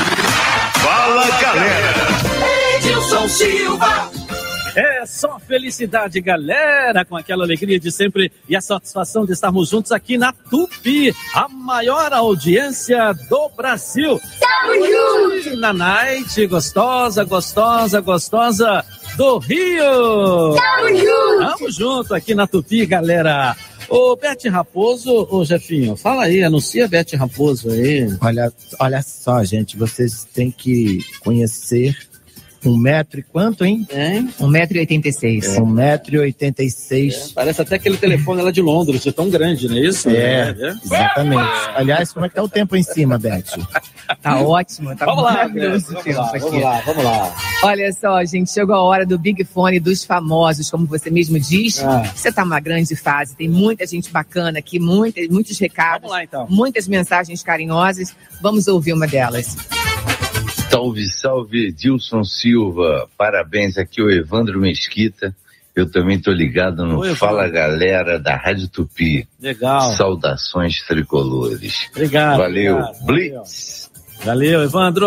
Fala, galera! Edilson Silva. É só felicidade, galera, com aquela alegria de sempre e a satisfação de estarmos juntos aqui na Tupi, a maior audiência do Brasil. Tamo junto! Na night, gostosa, gostosa, gostosa do Rio. Tamo junto! Tamo junto aqui na Tupi, galera. Ô, Bete Raposo, ô, Jefinho, fala aí, anuncia Bete Raposo aí. Olha, olha só, gente, vocês têm que conhecer um metro e quanto, hein? É, um metro e oitenta e seis. Um metro e oitenta e seis. É, parece até aquele telefone lá de Londres, é tão grande, não é isso? É, é, exatamente. Aliás, como é que tá o tempo em cima, Beth? Tá ótimo, tá vamos lá, maravilhoso. Vamos lá, vamos lá, vamos lá. Olha só, gente, chegou a hora do Big Fone dos famosos, como você mesmo diz. Ah. Você tá numa grande fase, tem muita gente bacana aqui, muita, muitos recados, Vamos lá, então. muitas mensagens carinhosas. Vamos ouvir uma delas. Salve, salve, Edilson Silva. Parabéns, aqui o Evandro Mesquita. Eu também tô ligado no Oi, Fala Galera da Rádio Tupi. Legal. Saudações tricolores. Obrigado. Valeu. Obrigado, Blitz. Valeu, Evandro.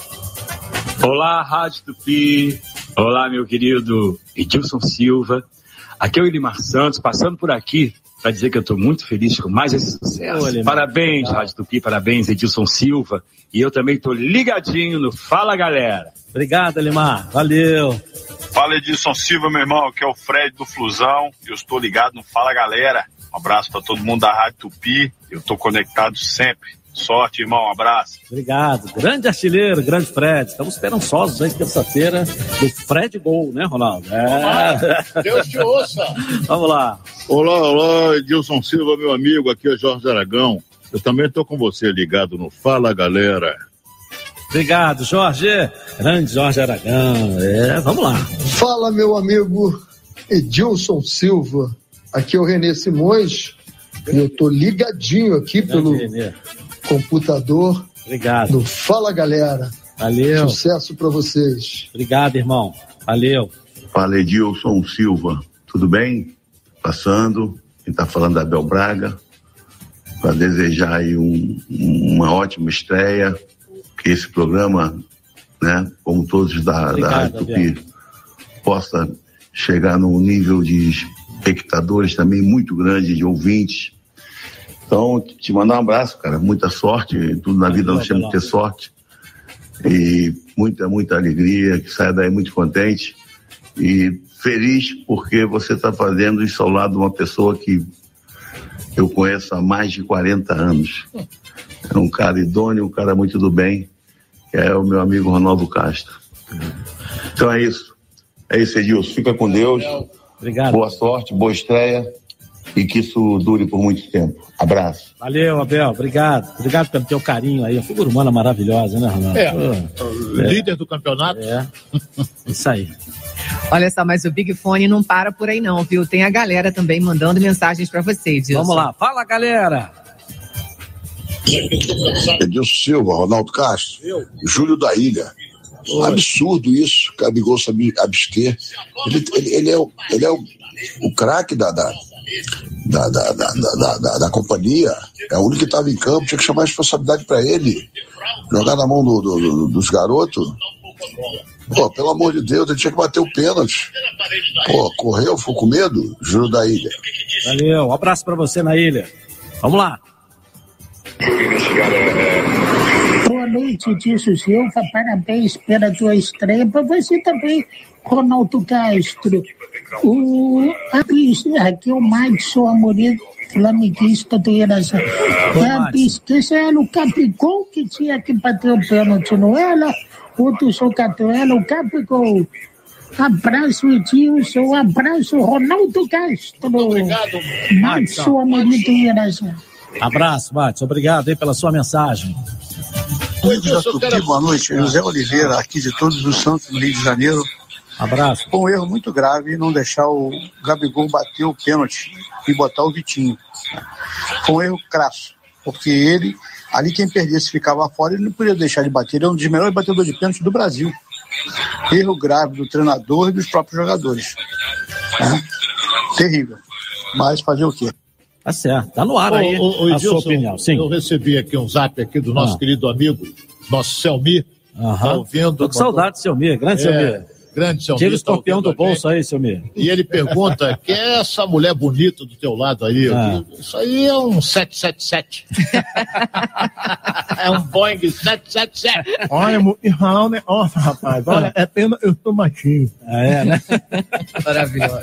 Olá, Rádio Tupi. Olá, meu querido Edilson Silva. Aqui é o Elimar Santos, passando por aqui para dizer que eu estou muito feliz com mais esse sucesso. Oi, parabéns, Legal. Rádio Tupi, parabéns, Edilson Silva. E eu também estou ligadinho no Fala Galera. Obrigado, Elimar. Valeu. Fala, Edilson Silva, meu irmão, aqui é o Fred do Flusão. Eu estou ligado no Fala Galera. Um abraço para todo mundo da Rádio Tupi. Eu estou conectado sempre. Sorte, irmão, um abraço. Obrigado. Grande artilheiro, grande Fred. Estamos esperançosos aí, terça-feira, do Fred Gol, né, Ronaldo? É. Deus te ouça. Vamos lá. Olá, olá, Edilson Silva, meu amigo, aqui é Jorge Aragão. Eu também estou com você ligado no Fala Galera. Obrigado, Jorge. Grande Jorge Aragão. É, vamos lá. Fala, meu amigo Edilson Silva. Aqui é o Renê Simões. E eu tô ligadinho aqui Grande pelo Renê. computador. Obrigado. No Fala Galera. Valeu. Sucesso para vocês. Obrigado, irmão. Valeu. Fala, Edilson Silva. Tudo bem? Passando. Quem está falando é Abel Braga. Para desejar aí um, uma ótima estreia. Que esse programa, né, como todos da, Obrigado, da Rádio Abel. Tupi, possa chegar num nível de espectadores também muito grande, de ouvintes. Então, te mandar um abraço, cara. Muita sorte. Tudo na vida nós temos que ter sorte. E muita, muita alegria. Que saia daí muito contente. E feliz porque você está fazendo isso ao lado de uma pessoa que eu conheço há mais de quarenta anos. É um cara idôneo, um cara muito do bem. Que é o meu amigo Ronaldo Castro. Então é isso. É isso, Edilson. Fica com Deus. Obrigado. Boa sorte, boa estreia. E que isso dure por muito tempo. Abraço. Valeu, Abel. Obrigado. Obrigado pelo teu carinho aí. Uma figura humana maravilhosa, né, Ronaldo? É. Pô, Líder do campeonato. É. Isso aí. Olha só, mas o Big Fone não para por aí não, viu? Tem a galera também mandando mensagens pra você, Edilson. Vamos lá. Fala, galera. Edilson Silva, Ronaldo Castro, Júlio da Ilha. Oi. Absurdo isso, Gabigol sabe abster. Ele, ele, ele é, o, ele é o, o craque da, da, da, da, da, da, da, da companhia. É o único que estava em campo, tinha que chamar a responsabilidade para ele. Jogar na mão do, do, do, dos garotos. Pô, pelo amor de Deus, ele tinha que bater o pênalti. Pô, correu, ficou com medo? Júlio da Ilha. Valeu. Um abraço pra você na ilha. Vamos lá. Boa noite, Edilson Silva. Parabéns pela tua estreia. Para você também, Ronaldo Castro. O, aqui é o Madison Amorim, flamenguista do Irajá. A pesquisa era o Capicol que tinha que bater o pênalti, não era? Outro jogador era o Capicol. Abraço, Edilson. Abraço, Ronaldo Castro. Obrigado, Madison Amorim do Irajá. Abraço, Matos. Obrigado aí pela sua mensagem. Amigos da Tupi, boa noite. José Oliveira, aqui de Todos os Santos, no Rio de Janeiro. Abraço. Com um erro muito grave não deixar o Gabigol bater o pênalti e botar o Vitinho. Foi um erro crasso, porque ele, ali quem perdesse ficava fora, ele não podia deixar de bater. Ele é um dos melhores batedores de pênalti do Brasil. Erro grave do treinador e dos próprios jogadores. É. Terrível. Mas fazer o quê? Tá certo, tá no ar Ô, aí ô, ô, a Edilson, sua opinião. Sim. Eu recebi aqui um zap aqui do nosso Ah. querido amigo, nosso Selmi, Aham. tá ouvindo. Tô com saudade do Selmi, grande Selmi. É, grande Selmi. Tira o tá escorpião ouvindo do a bolso gente. aí, Selmi. E ele pergunta, que é essa mulher bonita do teu lado aí? Eu Ah. digo, isso aí é um sete sete sete. É um Boeing sete sete sete. Olha, multirral, né? Nossa, rapaz, olha, é pena eu tô baixinho. Ah, é, né? Maravilhoso.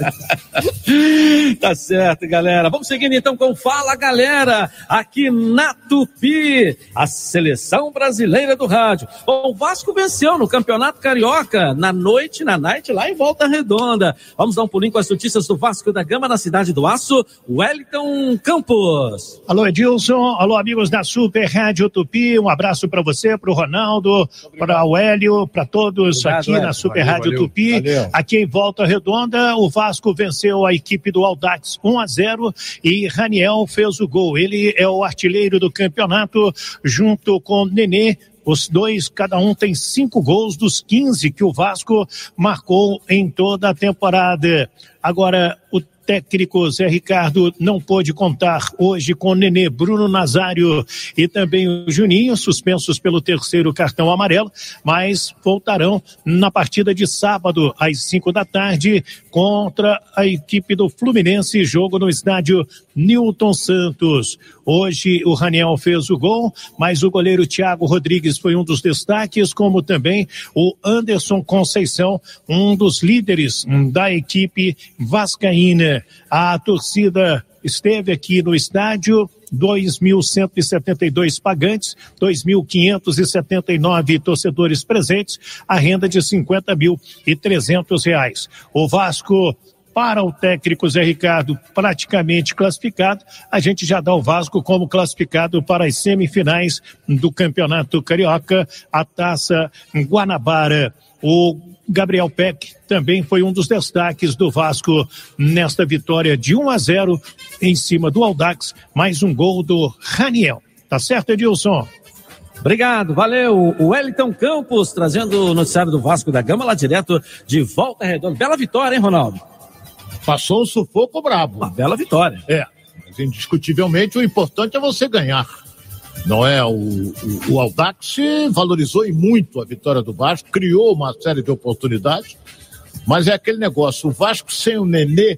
Tá certo, galera. Vamos seguindo então com Fala Galera, aqui na Tupi, a seleção brasileira do rádio. Bom, o Vasco venceu no Campeonato Carioca, na noite, na night, lá em Volta Redonda. Vamos dar um pulinho com as notícias do Vasco da Gama na Cidade do Aço, Wellington Campos. Alô, Edilson. Alô, amigos da Super Rádio Tupi. Um abraço para você, para o Ronaldo, para o Hélio, para todos. Obrigado, aqui Hélio. Na Super valeu, Rádio valeu. Tupi. Valeu. Aqui em Volta Redonda, o Vasco venceu a equipe do Audax um a zero e Raniel fez o gol. Ele é o artilheiro do campeonato, junto com Nenê. Os dois, cada um tem cinco gols dos quinze que o Vasco marcou em toda a temporada. Agora, o técnico Zé Ricardo não pôde contar hoje com Nenê, Bruno Nazário e também o Juninho, suspensos pelo terceiro cartão amarelo, mas voltarão na partida de sábado às cinco da tarde contra a equipe do Fluminense, jogo no estádio Newton Santos. Hoje o Raniel fez o gol, mas o goleiro Thiago Rodrigues foi um dos destaques, como também o Anderson Conceição, um dos líderes da equipe vascaína. A torcida esteve aqui no estádio, dois mil cento e setenta e dois pagantes, dois mil quinhentos e setenta e nove torcedores presentes, a renda de cinquenta mil e trezentos reais. O Vasco, para o técnico Zé Ricardo, praticamente classificado, a gente já dá o Vasco como classificado para as semifinais do Campeonato Carioca, a Taça Guanabara. O Gabriel Peck também foi um dos destaques do Vasco nesta vitória de um a zero em cima do Audax, mais um gol do Raniel. Tá certo, Edilson? Obrigado, valeu. O Wellington Campos trazendo o noticiário do Vasco da Gama lá direto de Volta Redonda. Bela vitória, hein, Ronaldo? Passou um sufoco brabo. Uma bela vitória. É, mas indiscutivelmente o importante é você ganhar. Não é? O, o, o Audax valorizou e muito a vitória do Vasco, criou uma série de oportunidades, mas é aquele negócio, o Vasco sem o Nenê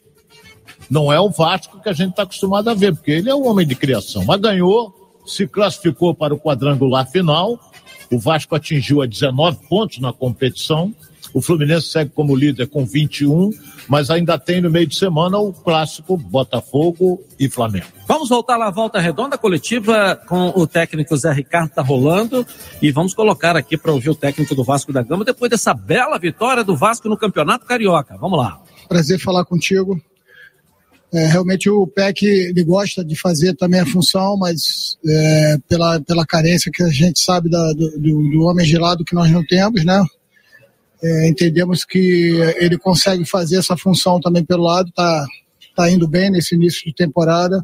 não é o Vasco que a gente está acostumado a ver, porque ele é um homem de criação, mas ganhou, se classificou para o quadrangular final, o Vasco atingiu a dezenove pontos na competição, o Fluminense segue como líder com vinte e um, mas ainda tem no meio de semana o clássico Botafogo e Flamengo. Vamos voltar lá à Volta Redonda, coletiva com o técnico Zé Ricardo, tá rolando, e vamos colocar aqui para ouvir o técnico do Vasco da Gama depois dessa bela vitória do Vasco no Campeonato Carioca. Vamos lá. Prazer falar contigo. É, realmente o P E C ele gosta de fazer também a função, mas é, pela, pela carência que a gente sabe da, do, do homem gelado que nós não temos, né? É, entendemos que ele consegue fazer essa função também pelo lado, tá, tá indo bem nesse início de temporada.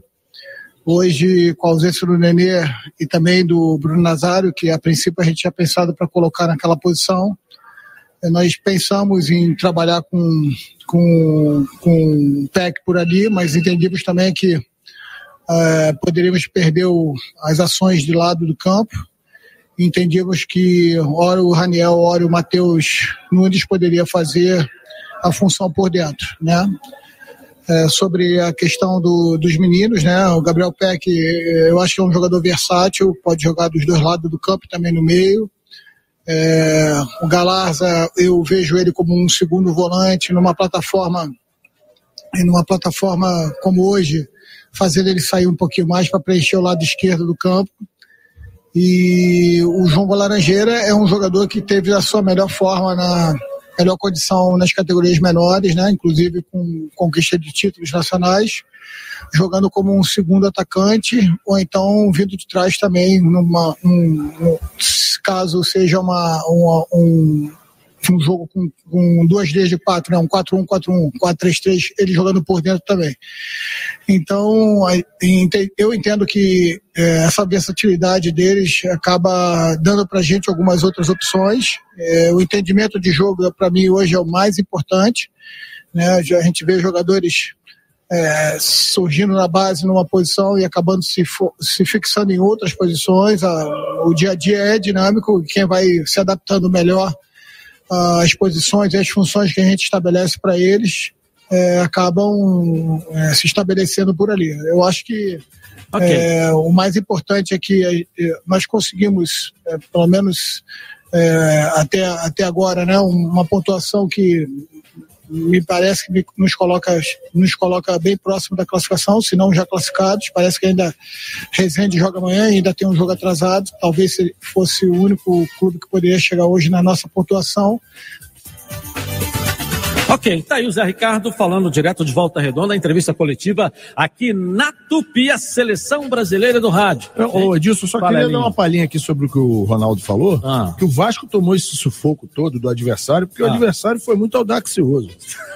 Hoje, com a ausência do Nenê e também do Bruno Nazário, que a princípio a gente tinha pensado para colocar naquela posição, nós pensamos em trabalhar com, com, com o P E C por ali, mas entendemos também que é, poderíamos perder o, as ações de lado do campo. Entendíamos que ora o Raniel, ora o Matheus Nunes poderia fazer a função por dentro, né? É, sobre a questão do, dos meninos, né? O Gabriel Peck, eu acho que é um jogador versátil, pode jogar dos dois lados do campo e também no meio. É, o Galarza, eu vejo ele como um segundo volante numa plataforma, numa plataforma como hoje, fazendo ele sair um pouquinho mais para preencher o lado esquerdo do campo. E o João Laranjeira é um jogador que teve a sua melhor forma, na melhor condição nas categorias menores, né? Inclusive com conquista de títulos nacionais, jogando como um segundo atacante, ou então vindo de trás também, numa, um, um, caso seja uma, uma, um, um jogo com, com duas linhas de quatro, né? Um quatro um quatro um, quatro três três, ele jogando por dentro também. Então, eu entendo que é, essa versatilidade deles acaba dando para a gente algumas outras opções. É, o entendimento de jogo, para mim, hoje é o mais importante, né? A gente vê jogadores é, surgindo na base numa posição e acabando se, fo- se fixando em outras posições. A, o dia a dia é dinâmico, quem vai se adaptando melhor às posições e às funções que a gente estabelece para eles é, acabam é, se estabelecendo por ali. Eu acho que okay. é, o mais importante é que é, nós conseguimos, é, pelo menos é, até, até agora, né, uma pontuação que me parece que nos coloca, nos coloca bem próximo da classificação, se não já classificados. Parece que ainda Resende joga amanhã, ainda tem um jogo atrasado. Talvez fosse o único clube que poderia chegar hoje na nossa pontuação. Ok, tá aí o Zé Ricardo falando direto de Volta Redonda, a entrevista coletiva aqui na Tupi, a seleção brasileira do rádio. Ô, Edilson, só queria dar uma palhinha aqui sobre o que o Ronaldo falou, ah. que o Vasco tomou esse sufoco todo do adversário, porque ah. o adversário foi muito audacioso.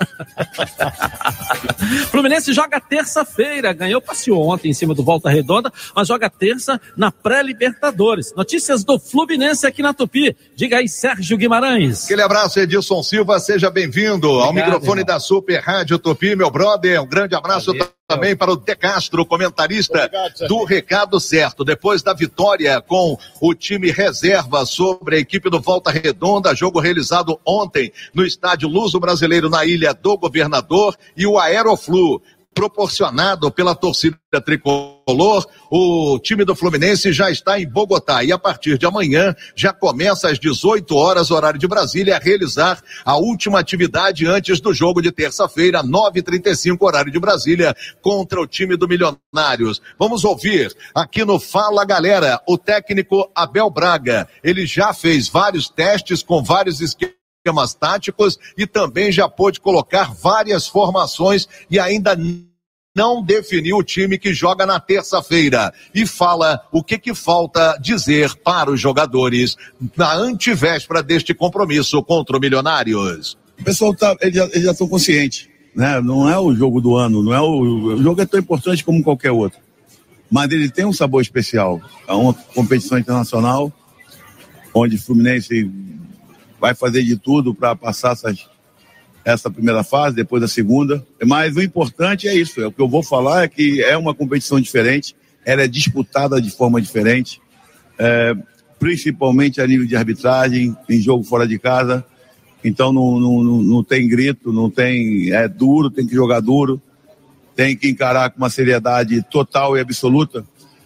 Fluminense joga terça-feira, ganhou, passeou ontem em cima do Volta Redonda, mas joga terça na pré-Libertadores. Notícias do Fluminense aqui na Tupi. Diga aí, Sérgio Guimarães. Aquele abraço, Edilson Silva, seja bem-vindo. Obrigado, ao microfone irmão. Da Super Rádio Tupi, meu brother, um grande abraço Valeu. Também para o De Castro, comentarista Obrigado, do Recado Certo. Depois da vitória com o time reserva sobre a equipe do Volta Redonda, jogo realizado ontem no estádio Luso Brasileiro na Ilha do Governador, e o Aeroflu proporcionado pela torcida tricolor, o time do Fluminense já está em Bogotá e a partir de amanhã já começa às dezoito horas, horário de Brasília, a realizar a última atividade antes do jogo de terça-feira, nove e trinta e cinco, horário de Brasília, contra o time do Milionários. Vamos ouvir aqui no Fala Galera o técnico Abel Braga. Ele já fez vários testes com vários esquemas esquemas táticos e também já pôde colocar várias formações e ainda não definiu o time que joga na terça-feira. E fala o que que falta dizer para os jogadores na antivéspera deste compromisso contra o Milionários. O pessoal tá, eles já, eles já estão conscientes, né? Não é o jogo do ano, não é o, o jogo é tão importante como qualquer outro, mas ele tem um sabor especial. É uma competição internacional onde o Fluminense vai fazer de tudo para passar essas, essa primeira fase, depois a segunda. Mas o importante é isso, é, o que eu vou falar é que é uma competição diferente, ela é disputada de forma diferente, é, principalmente a nível de arbitragem, em jogo fora de casa. Então não, não, não tem grito, não tem, é duro, tem que jogar duro, tem que encarar com uma seriedade total e absoluta.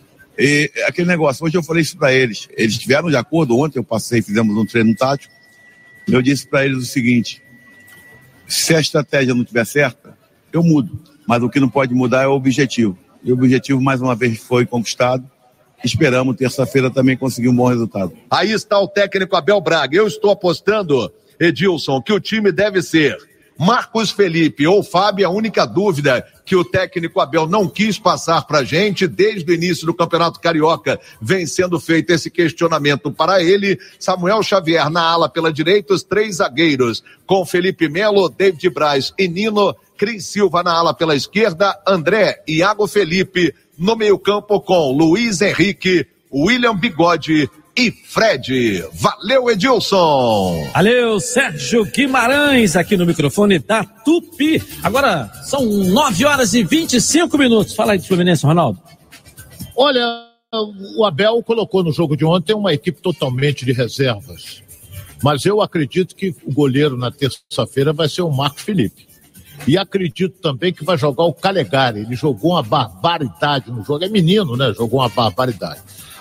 E aquele negócio, hoje eu falei isso para eles, eles estiveram de acordo, ontem eu passei, fizemos um treino tático. Eu disse para eles o seguinte: se a estratégia não estiver certa, eu mudo. Mas o que não pode mudar é o objetivo. E o objetivo, mais uma vez, foi conquistado. Esperamos, terça-feira, também conseguir um bom resultado. Aí está o técnico Abel Braga. Eu estou apostando, Edilson, que o time deve ser Marcos Felipe ou Fábio. A única dúvida que o técnico Abel não quis passar para a gente, desde o início do Campeonato Carioca, vem sendo feito esse questionamento para ele. Samuel Xavier na ala pela direita, os três zagueiros, com Felipe Melo, David Braz e Nino. Cris Silva na ala pela esquerda, André, Iago Felipe, no meio campo com Luiz Henrique, William Bigode e Fred. Valeu, Edilson. Valeu, Sérgio Guimarães, aqui no microfone da Tupi. Agora são nove horas e vinte e cinco minutos. Fala aí do Fluminense, Ronaldo. Olha, o Abel colocou no jogo de ontem uma equipe totalmente de reservas. Mas eu acredito que o goleiro na terça-feira vai ser o Marcos Felipe. E acredito também que vai jogar o Calegari. Ele jogou uma barbaridade no jogo. É menino, né? Jogou uma barbaridade.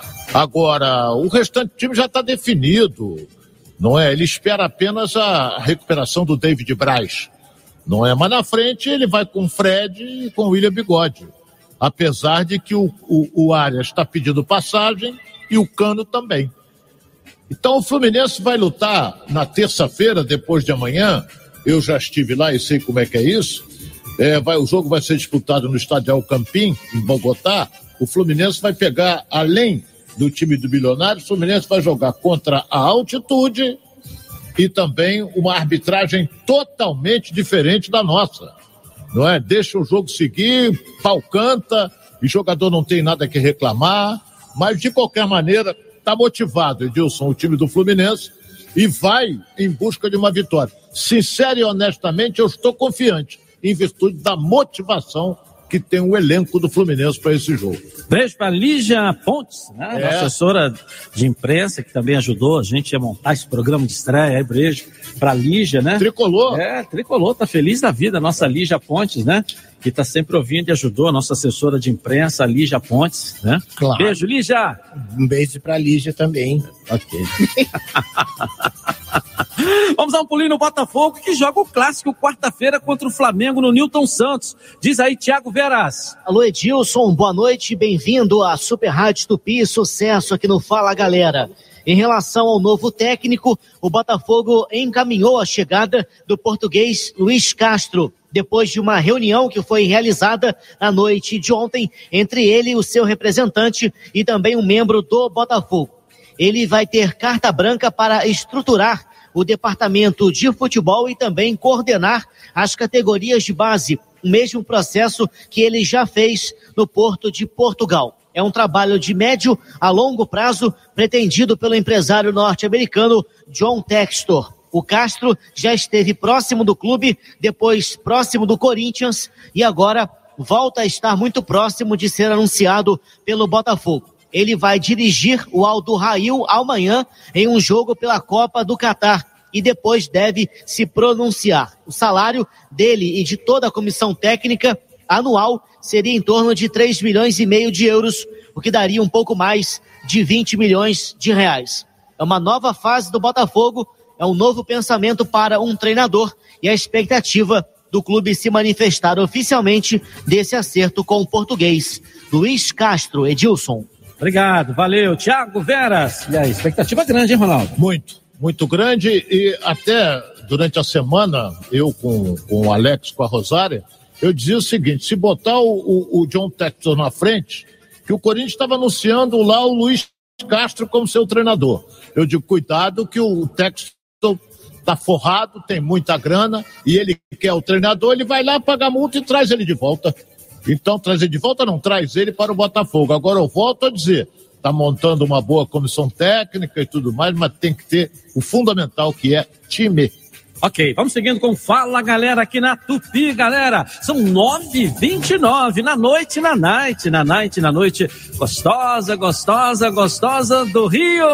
Agora, o restante do time já está definido, não é? Ele espera apenas a recuperação do David Braz, não é? Mas na frente ele vai com o Fred e com o William Bigode, apesar de que o, o, o Arias está pedindo passagem e o Cano também. Então o Fluminense vai lutar na terça-feira, depois de amanhã. Eu já estive lá e sei como é que é isso. É, vai, o jogo vai ser disputado no estádio El Campín, em Bogotá. O Fluminense vai pegar, além do time do Milionário, o Fluminense vai jogar contra a altitude e também uma arbitragem totalmente diferente da nossa, não é? Deixa o jogo seguir, pau canta, e jogador não tem nada que reclamar, mas de qualquer maneira está motivado, Edilson, o time do Fluminense, e vai em busca de uma vitória. Sincero e honestamente, eu estou confiante. em virtude da motivação que tem o elenco do Fluminense para esse jogo. Beijo para Lígia Pontes, né? É. Nossa assessora de imprensa, que também ajudou a gente a montar esse programa de estreia. Aí, beijo para Lígia, né? Tricolor. É, Tricolor, tá feliz da vida, nossa Lígia Pontes, né? Que tá sempre ouvindo e ajudou a nossa assessora de imprensa, Lígia Pontes, né? Claro. Beijo, Lígia. Um beijo pra Lígia também. Ok. Vamos dar um pulinho no Botafogo, que joga o clássico quarta-feira contra o Flamengo no Newton Santos. Diz aí, Thiago Veras. Alô, Edilson, boa noite, bem-vindo à Super Rádio Tupi, sucesso aqui no Fala Galera. Em relação ao novo técnico, o Botafogo encaminhou a chegada do português Luiz Castro, depois de uma reunião que foi realizada na noite de ontem entre ele, o seu representante e também um membro do Botafogo. Ele vai ter carta branca para estruturar o departamento de futebol e também coordenar as categorias de base, o mesmo processo que ele já fez no Porto de Portugal. É um trabalho de médio a longo prazo pretendido pelo empresário norte-americano John Textor. O Castro já esteve próximo do clube, depois próximo do Corinthians e agora volta a estar muito próximo de ser anunciado pelo Botafogo. Ele vai dirigir o Al Duhail amanhã em um jogo pela Copa do Catar e depois deve se pronunciar. O salário dele e de toda a comissão técnica anual seria em torno de três milhões e meio de euros, o que daria um pouco mais de vinte milhões de reais. É uma nova fase do Botafogo, é um novo pensamento para um treinador e a expectativa do clube se manifestar oficialmente desse acerto com o português Luiz Castro. Edilson. Obrigado, valeu. Thiago Veras. E a expectativa grande, hein, Ronaldo? Muito, muito grande e até durante a semana, eu com, com o Alex, com a Rosária, eu dizia o seguinte, se botar o, o, o John Textor na frente, que o Corinthians estava anunciando lá o Luiz Castro como seu treinador. Eu digo, cuidado que o Textor está forrado, tem muita grana, e ele quer o treinador, ele vai lá, paga a multa e traz ele de volta. Então, trazer de volta não, traz ele para o Botafogo. Agora eu volto a dizer, está montando uma boa comissão técnica e tudo mais, mas tem que ter o fundamental que é time. Ok, vamos seguindo com Fala Galera aqui na Tupi, galera. São nove e vinte e nove na noite, na night, na night, na noite. Gostosa, gostosa, gostosa do Rio.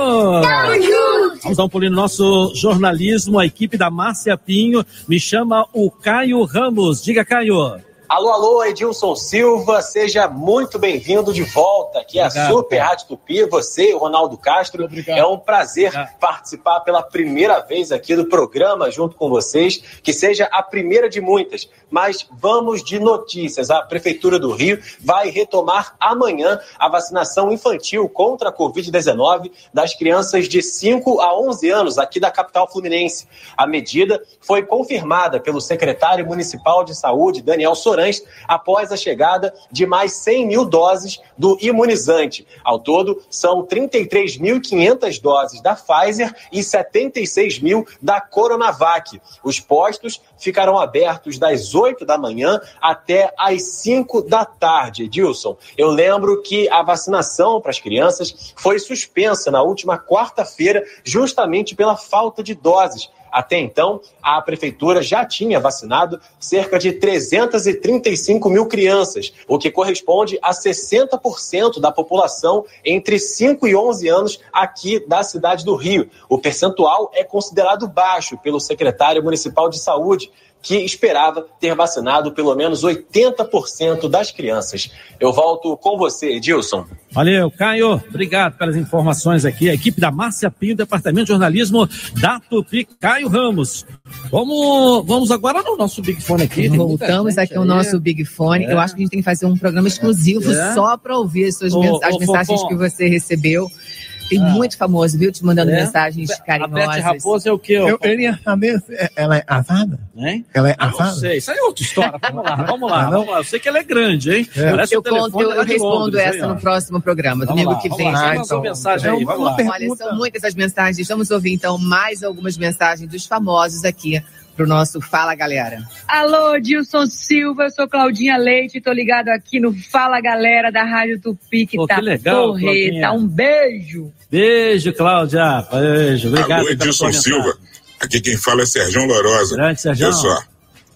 Vamos dar um pulinho no nosso jornalismo. A equipe da Márcia Pinho me chama o Caio Ramos. Diga, Caio. Alô, alô, Edilson Silva, seja muito bem-vindo de volta aqui à Super Rádio Tupi, você e o Ronaldo Castro. Obrigado. É um prazer Obrigado. participar pela primeira vez aqui do programa junto com vocês, que seja a primeira de muitas. Mas vamos de notícias. A Prefeitura do Rio vai retomar amanhã a vacinação infantil contra a covid dezenove das crianças de cinco a onze anos aqui da capital fluminense. A medida foi confirmada pelo secretário municipal de saúde, Daniel Sorã, após a chegada de mais cem mil doses do imunizante. Ao todo, são trinta e três mil e quinhentas doses da Pfizer e setenta e seis mil da Coronavac. Os postos ficarão abertos das oito da manhã até às cinco da tarde. Edilson, eu lembro que a vacinação para as crianças foi suspensa na última quarta-feira, justamente pela falta de doses. Até então, a Prefeitura já tinha vacinado cerca de trezentas e trinta e cinco mil crianças, o que corresponde a sessenta por cento da população entre cinco e onze anos aqui da cidade do Rio. O percentual é considerado baixo pelo secretário municipal de saúde, que esperava ter vacinado pelo menos oitenta por cento das crianças. Eu volto com você, Edilson. Valeu, Caio. Obrigado pelas informações aqui. A equipe da Márcia Pinho, Departamento de Jornalismo da Tupi, Caio Ramos. Vamos, vamos agora no nosso Big Fone aqui. Voltamos aqui ao nosso Big Fone. É. Eu acho que a gente tem que fazer um programa exclusivo é. só para ouvir as, suas ô, mens- as ô, mensagens Fofão. que você recebeu. Tem ah. muito famoso, viu? Te mandando é? mensagens carinhosas. A Bete Raposo é o quê? Eu, ele ia saber, ela é assada? Hein? Ela é eu assada? Não sei, isso aí é outra história. Vamos lá, vamos lá, vamos lá. Eu sei que ela é grande, hein? É. Eu, eu, conto, eu, eu respondo Londres, essa aí, no próximo programa, vamos domingo lá, que vem. Vamos lá, então, mensagem aí, vamos lá. Olha, são muitas as mensagens. Vamos ouvir, então, mais algumas mensagens dos famosos aqui pro nosso Fala Galera. Alô, Dilson Silva, eu sou Claudinha Leite, tô ligado aqui no Fala Galera da Rádio Tupi, que oh, tá que legal, porreta. Claudinha. Um beijo. Beijo, Cláudia. Beijo, obrigado. Alô, Edilson Silva. Aqui quem fala é Sergião Lorosa. Grande, Sergião. Olha só,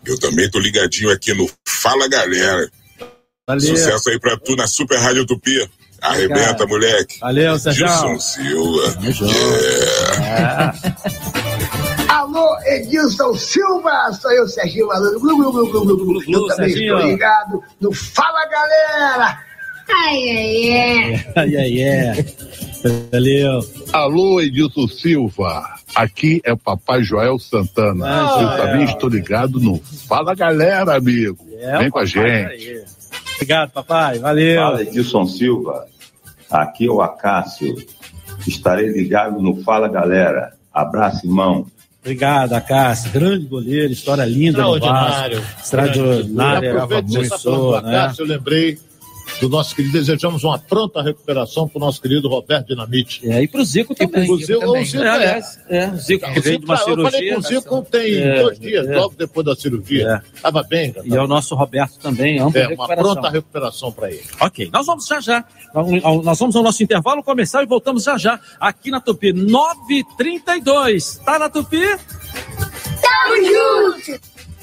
Eu também tô ligadinho aqui no Fala Galera. Valeu. Sucesso aí pra tu na Super Rádio Tupi. Arrebenta, moleque. Valeu, Sérgio. Edilson Silva. Yeah. Alô, Edilson Silva, sou eu, Serginho Malandro. Glu, glu, glu, glu, glu, glu. Eu também Serginho. estou ligado no Fala Galera. Ai, ai, ai. Ai, ai, ai. Valeu. Alô, Edilson Silva. Aqui é o Papai Joel Santana. Ah, eu Joel. também estou ligado no Fala Galera, amigo. É, Vem com a gente. Aí. Obrigado, papai. Valeu. Fala, Edilson Silva. Aqui é o Acácio. Estarei ligado no Fala Galera. Abraço, irmão. Obrigado, Acácio. Grande goleiro, história linda no Extraordinário. Vasco. Extraordinário. Eu aproveito que você está falando do Acácio, eu lembrei do nosso querido, desejamos uma pronta recuperação para o nosso querido Roberto Dinamite. É, e para o Zico também. O Zico, o Zico, é, é. aliás, é, o Zico que veio de uma Eu cirurgia. falei com o Zico tem É, dois dias, é. logo depois da cirurgia. Estava bem. já E tava. é o nosso Roberto também, ampla É, uma recuperação. pronta recuperação para ele. Ok, nós vamos já já. Nós vamos ao nosso intervalo comercial e voltamos já já aqui na Tupi. nove e trinta e dois. Tá na Tupi? Tamo junto!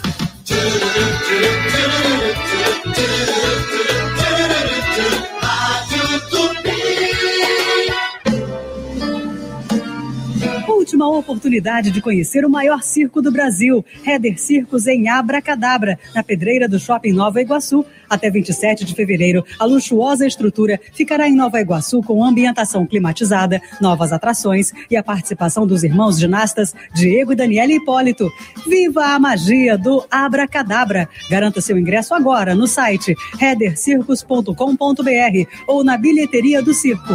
Última oportunidade de conhecer o maior circo do Brasil, Header Circos em Abracadabra, na Pedreira do Shopping Nova Iguaçu. Até vinte e sete de fevereiro, a luxuosa estrutura ficará em Nova Iguaçu com ambientação climatizada, novas atrações e a participação dos irmãos ginastas Diego e Daniela Hipólito. Viva a magia do Abracadabra! Garanta seu ingresso agora no site header circos ponto com ponto b r ou na bilheteria do circo.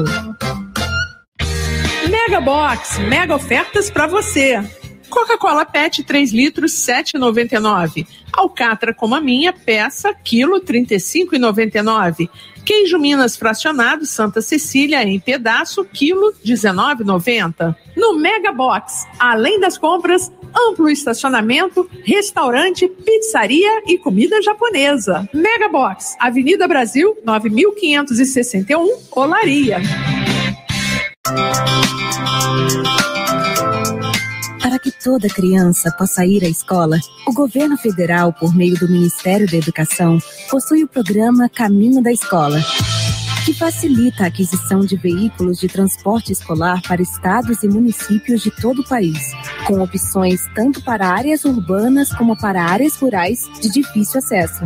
Mega Box, mega ofertas para você. Coca-Cola Pet três litros, sete reais e noventa e nove centavos. Alcatra como a minha, peça, quilo, trinta e cinco reais e noventa e nove centavos. Queijo Minas fracionado Santa Cecília em pedaço, quilo, dezenove reais e noventa centavos. No Mega Box, além das compras, amplo estacionamento, restaurante, pizzaria e comida japonesa. Mega Box, Avenida Brasil, nove mil quinhentos e sessenta e um, Olaria. Para que toda criança possa ir à escola, o governo federal, por meio do Ministério da Educação, possui o programa Caminho da Escola, que facilita a aquisição de veículos de transporte escolar para estados e municípios de todo o país, com opções tanto para áreas urbanas como para áreas rurais de difícil acesso.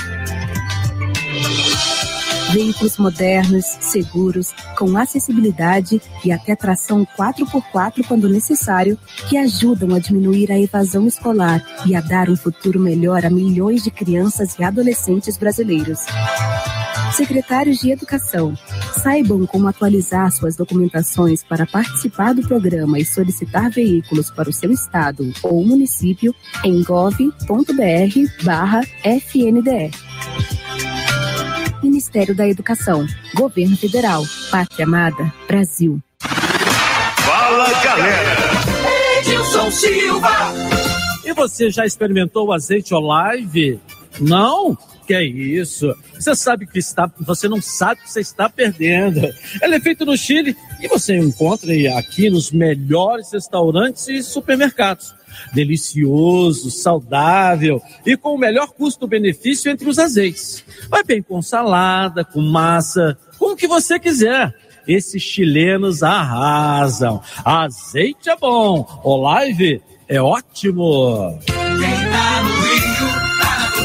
Veículos modernos, seguros, com acessibilidade e até tração quatro por quatro quando necessário, que ajudam a diminuir a evasão escolar e a dar um futuro melhor a milhões de crianças e adolescentes brasileiros. Secretários de Educação, saibam como atualizar suas documentações para participar do programa e solicitar veículos para o seu estado ou município em gov ponto br barra F N D E. Ministério da Educação, Governo Federal, Pátria Amada, Brasil. Fala, galera! Edilson Silva! E você já experimentou o azeite Olive? Não? Que é isso? Você sabe que está, você não sabe que você está perdendo. Ele é feito no Chile e você encontra aqui nos melhores restaurantes e supermercados. Delicioso, saudável e com o melhor custo-benefício entre os azeites. Vai bem com salada, com massa, com o que você quiser. Esses chilenos arrasam. Azeite é bom, Olive é ótimo. Quem tá no Rio, tá na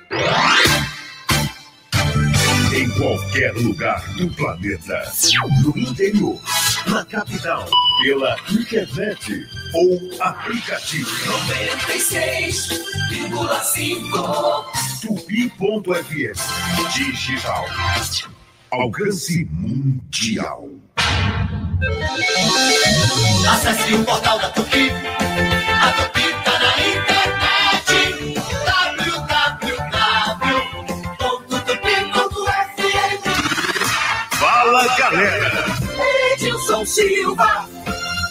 Tupi. Em qualquer lugar do planeta, no interior, na capital, pela internet ou aplicativo. noventa e seis vírgula cinco Tupi ponto F M. Digital. Alcance mundial. Acesse o portal da Tupi. A Tupi tá na internet. w w w ponto tupi ponto f m. Fala, galera! Edilson Silva.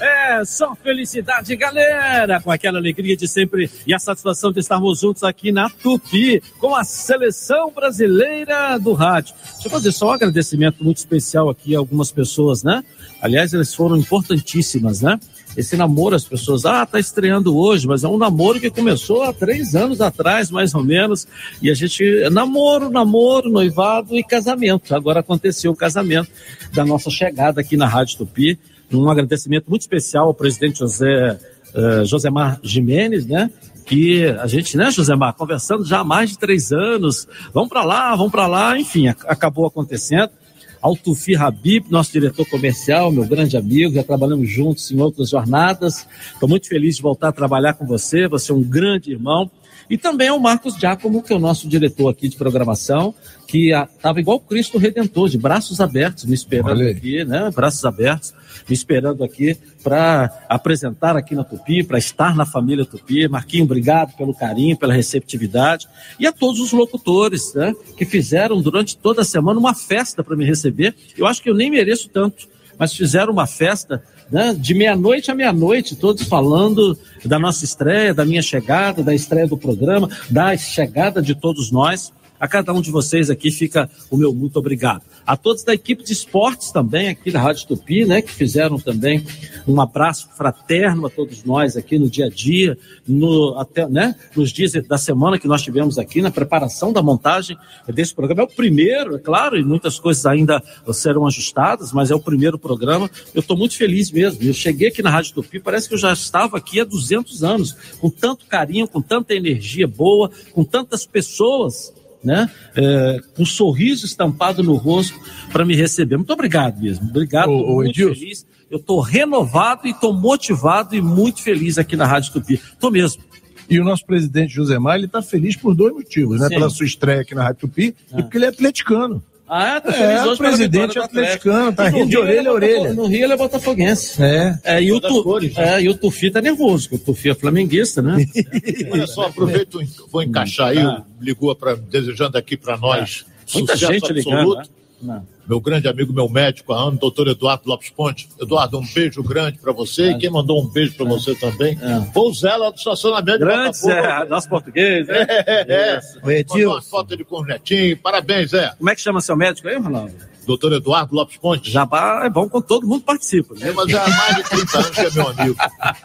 É, só felicidade, galera, com aquela alegria de sempre e a satisfação de estarmos juntos aqui na Tupi, com a seleção brasileira do rádio. Deixa eu fazer só um agradecimento muito especial aqui a algumas pessoas, né? Aliás, elas foram importantíssimas, né? Esse namoro, as pessoas, ah, tá estreando hoje, mas é um namoro que começou há três anos atrás, mais ou menos, e a gente, namoro, namoro, noivado e casamento. Agora aconteceu o casamento da nossa chegada aqui na Rádio Tupi. Um agradecimento muito especial ao presidente José, uh, Josemar Gimenez, né? Que a gente, né, Josemar, conversando já há mais de três anos, vamos para lá, vamos para lá, enfim, a, acabou acontecendo. Ao Tufi Habib, nosso diretor comercial, meu grande amigo, já trabalhamos juntos em outras jornadas. Estou muito feliz de voltar a trabalhar com você, você é um grande irmão. E também ao Marcos Giacomo, que é o nosso diretor aqui de programação, que estava igual o Cristo Redentor, de braços abertos, me esperando aqui, né? Braços abertos, me esperando aqui para apresentar aqui na Tupi, para estar na família Tupi. Marquinho, obrigado pelo carinho, pela receptividade. E a todos os locutores, né? Que fizeram durante toda a semana uma festa para me receber. Eu acho que eu nem mereço tanto, mas fizeram uma festa, né, de meia-noite a meia-noite, todos falando da nossa estreia, da minha chegada, da estreia do programa, da chegada de todos nós. A cada um de vocês aqui fica o meu muito obrigado. A todos da equipe de esportes também aqui da Rádio Tupi, né, que fizeram também um abraço fraterno a todos nós aqui no dia a dia, no, até, né, nos dias da semana que nós tivemos aqui na preparação da montagem desse programa. É o primeiro, é claro, e muitas coisas ainda serão ajustadas, mas é o primeiro programa. Eu estou muito feliz mesmo. Eu cheguei aqui na Rádio Tupi, parece que eu já estava aqui há duzentos anos, com tanto carinho, com tanta energia boa, com tantas pessoas, né, é, com um sorriso estampado no rosto para me receber. Muito obrigado mesmo, obrigado, ô, tô muito Edilson. Feliz, eu estou renovado e estou motivado e muito feliz aqui na Rádio Tupi, estou mesmo. E o nosso presidente Josemar, ele está feliz por dois motivos, né, pela sua estreia aqui na Rádio Tupi, ah. e porque ele é atleticano. Ah, tá feliz é, hoje o presidente é atleticano, tá rindo de orelha a orelha. No Rio ele é botafoguense. É. É, e, o tu, é, e o Tufi tá nervoso, porque o Tufi é flamenguista, né? Olha só, aproveito, vou encaixar aí, ah. ligou pra, desejando aqui para nós ah. muita gente ligando, né? Não. Meu grande amigo, meu médico há anos, doutor Eduardo Lopes Ponte. Eduardo, um beijo grande para você, é. e quem mandou um beijo para é. você também é. foi o Zé lá do estacionamento. Grande Zé, nosso português, né? É, é. é. Mandou uma foto dele com o netinho, parabéns, Zé. Como é que chama seu médico aí, Ronaldo? doutor Eduardo Lopes Ponte. Jabá é bom quando todo mundo participa, né? É, mas há mais de trinta anos que é meu amigo.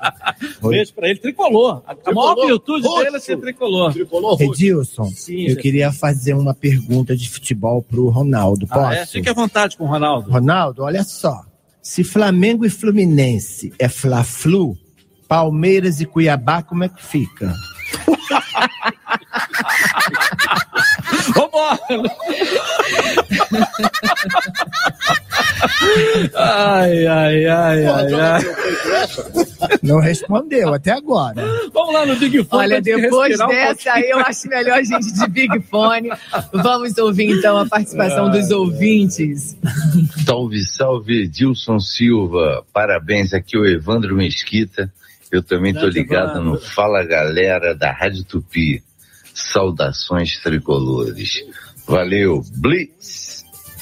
Beijo pra ele, tricolor. A tricolor, maior virtude roxo. dele é ser tricolor. Tricolor Edilson, Sim, eu gente. queria fazer uma pergunta de futebol pro Ronaldo, posso? Ah, é? Fique à vontade com o Ronaldo. Ronaldo, olha só. Se Flamengo e Fluminense é Fla-Flu, Palmeiras e Cuiabá, como é que fica? Vambora! Ai, ai, ai, ai, ai. Não respondeu até agora. Vamos lá no Big Fone. Olha, depois dessa um aí, eu acho melhor a gente de Big Fone. Vamos ouvir então a participação dos ouvintes. Salve, salve, Edilson Silva. Parabéns, aqui é o Evandro Mesquita. Eu também tô ligado no Fala Galera da Rádio Tupi. Saudações tricolores. Valeu, Blitz.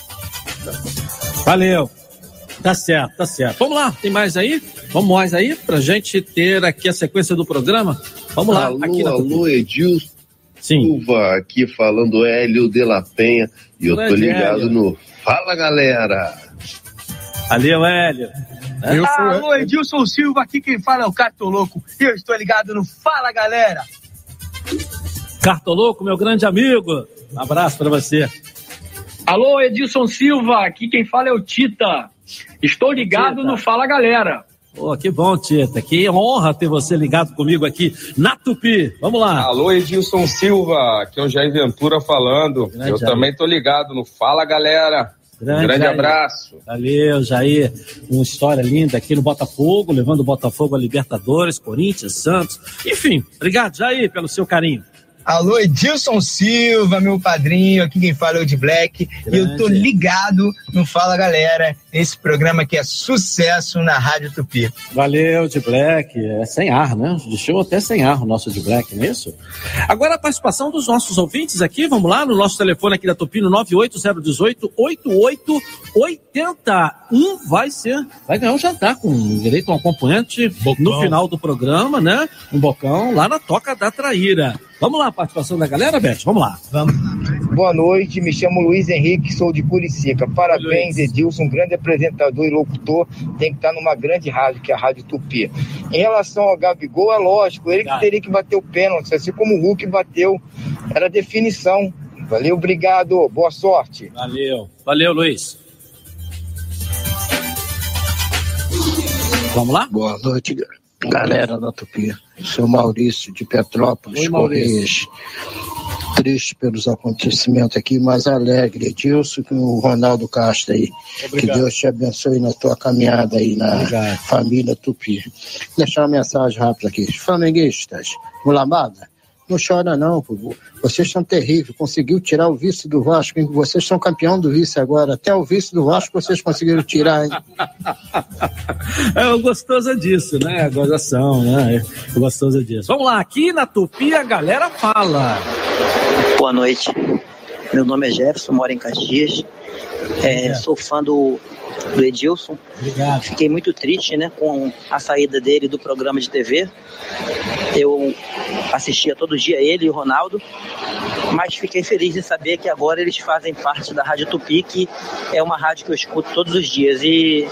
Valeu. Tá certo, tá certo. Vamos lá, tem mais aí? Vamos mais aí pra gente ter aqui a sequência do programa. Vamos lá. Alô, aqui na alô, Edilson Sim. Silva, aqui falando Hélio de la Penha. E eu tô ligado Hélio. no Fala Galera. Valeu, Hélio. É? Alô, Edilson Silva, aqui quem fala é o Cartoloco. E eu estou ligado no Fala Galera. Cartoloco, meu grande amigo. Um abraço pra você. Alô, Edilson Silva, aqui quem fala é o Tita. Estou ligado Tita. no Fala Galera. Oh, que bom, Tita. Que honra ter você ligado comigo aqui na Tupi. Vamos lá. Alô, Edilson Silva, aqui é o Jair Ventura falando. Grande Eu Jair. também estou ligado no Fala Galera. Grande, um grande Jair. abraço. Valeu, Jair. Uma história linda aqui no Botafogo, levando o Botafogo a Libertadores, Corinthians, Santos. Enfim, obrigado, Jair, pelo seu carinho. Alô, Edilson Silva, meu padrinho, aqui quem fala é o de Black. Grande. E eu tô ligado no Fala Galera, esse programa que é sucesso na Rádio Tupi. Valeu, de Black. É sem ar, né? Deixou até sem ar o nosso de Black, não é isso? Agora a participação dos nossos ouvintes aqui, vamos lá, no nosso telefone aqui da Tupi, no nove oito zero um oito, oito oito oito um, vai ser, vai ganhar um jantar com direito a um acompanhante bocão. No final do programa, né? Um bocão lá na Toca da Traíra. Vamos lá, a participação da galera, Beth? Vamos lá. Vamos. Boa noite, me chamo Luiz Henrique, sou de Curicica. Parabéns, Edilson, um grande apresentador e locutor, tem que estar numa grande rádio, que é a Rádio Tupi. Em relação ao Gabigol, é lógico, ele que teria que bater o pênalti, assim como o Hulk bateu, era definição. Valeu, obrigado, boa sorte. Valeu, valeu, Luiz. Vamos lá? Boa noite, galera da Tupi. Sou Maurício de Petrópolis, Oi, Correias. Triste pelos acontecimentos aqui, mas alegre. Edilson e o Ronaldo Castro aí. Obrigado. Que Deus te abençoe na tua caminhada aí na Obrigado. Família Tupi. Deixar uma mensagem rápida aqui. Flamenguistas, mulambada, não chora não, povo. Vocês são terríveis. Conseguiu tirar o vice do Vasco, hein? Vocês são campeão do vice agora. Até o vice do Vasco vocês conseguiram tirar, hein? É, o gostoso é disso, né? A gozação, né? O gostoso é disso. Vamos lá, aqui na Tupi a galera fala. Boa noite. Meu nome é Jefferson, moro em Caxias. É, sou fã do, do Edilson. Obrigado. Fiquei muito triste, né, com a saída dele do programa de T V. Eu assistia todo dia ele e o Ronaldo, mas fiquei feliz em saber que agora eles fazem parte da Rádio Tupi, que é uma rádio que eu escuto todos os dias. E,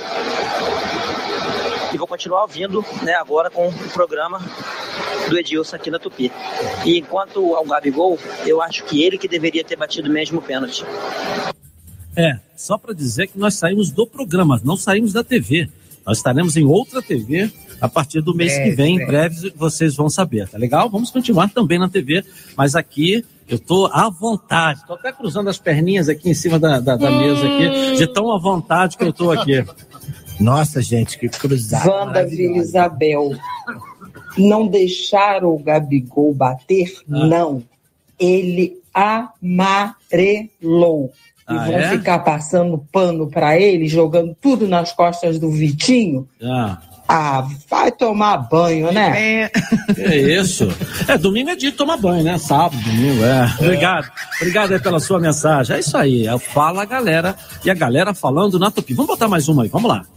e vou continuar ouvindo, né, agora com o programa do Edilson aqui na Tupi. E enquanto ao Gabigol, eu acho que ele que deveria ter batido mesmo o pênalti. É, só para dizer que nós saímos do programa, não saímos da T V. Nós estaremos em outra T V a partir do mês é, que vem, é. Em breve vocês vão saber, tá legal? Vamos continuar também na T V, mas aqui eu tô à vontade, tô até cruzando as perninhas aqui em cima da, da, da hum. mesa aqui, de tão à vontade que eu tô aqui. Nossa, gente, que cruzado. Wanda Vila Isabel, não deixaram o Gabigol bater? Ah. Não. Ele amarelou. E ah, vão é? ficar passando pano pra ele, jogando tudo nas costas do Vitinho. Ah, ah vai tomar banho, né? É, é isso. É, domingo é dia de tomar banho, né? Sábado, domingo, é. é. Obrigado. Obrigado aí pela sua mensagem. É isso aí. É o Fala Galera. E a galera falando na Tupi. Vamos botar mais uma aí. Vamos lá.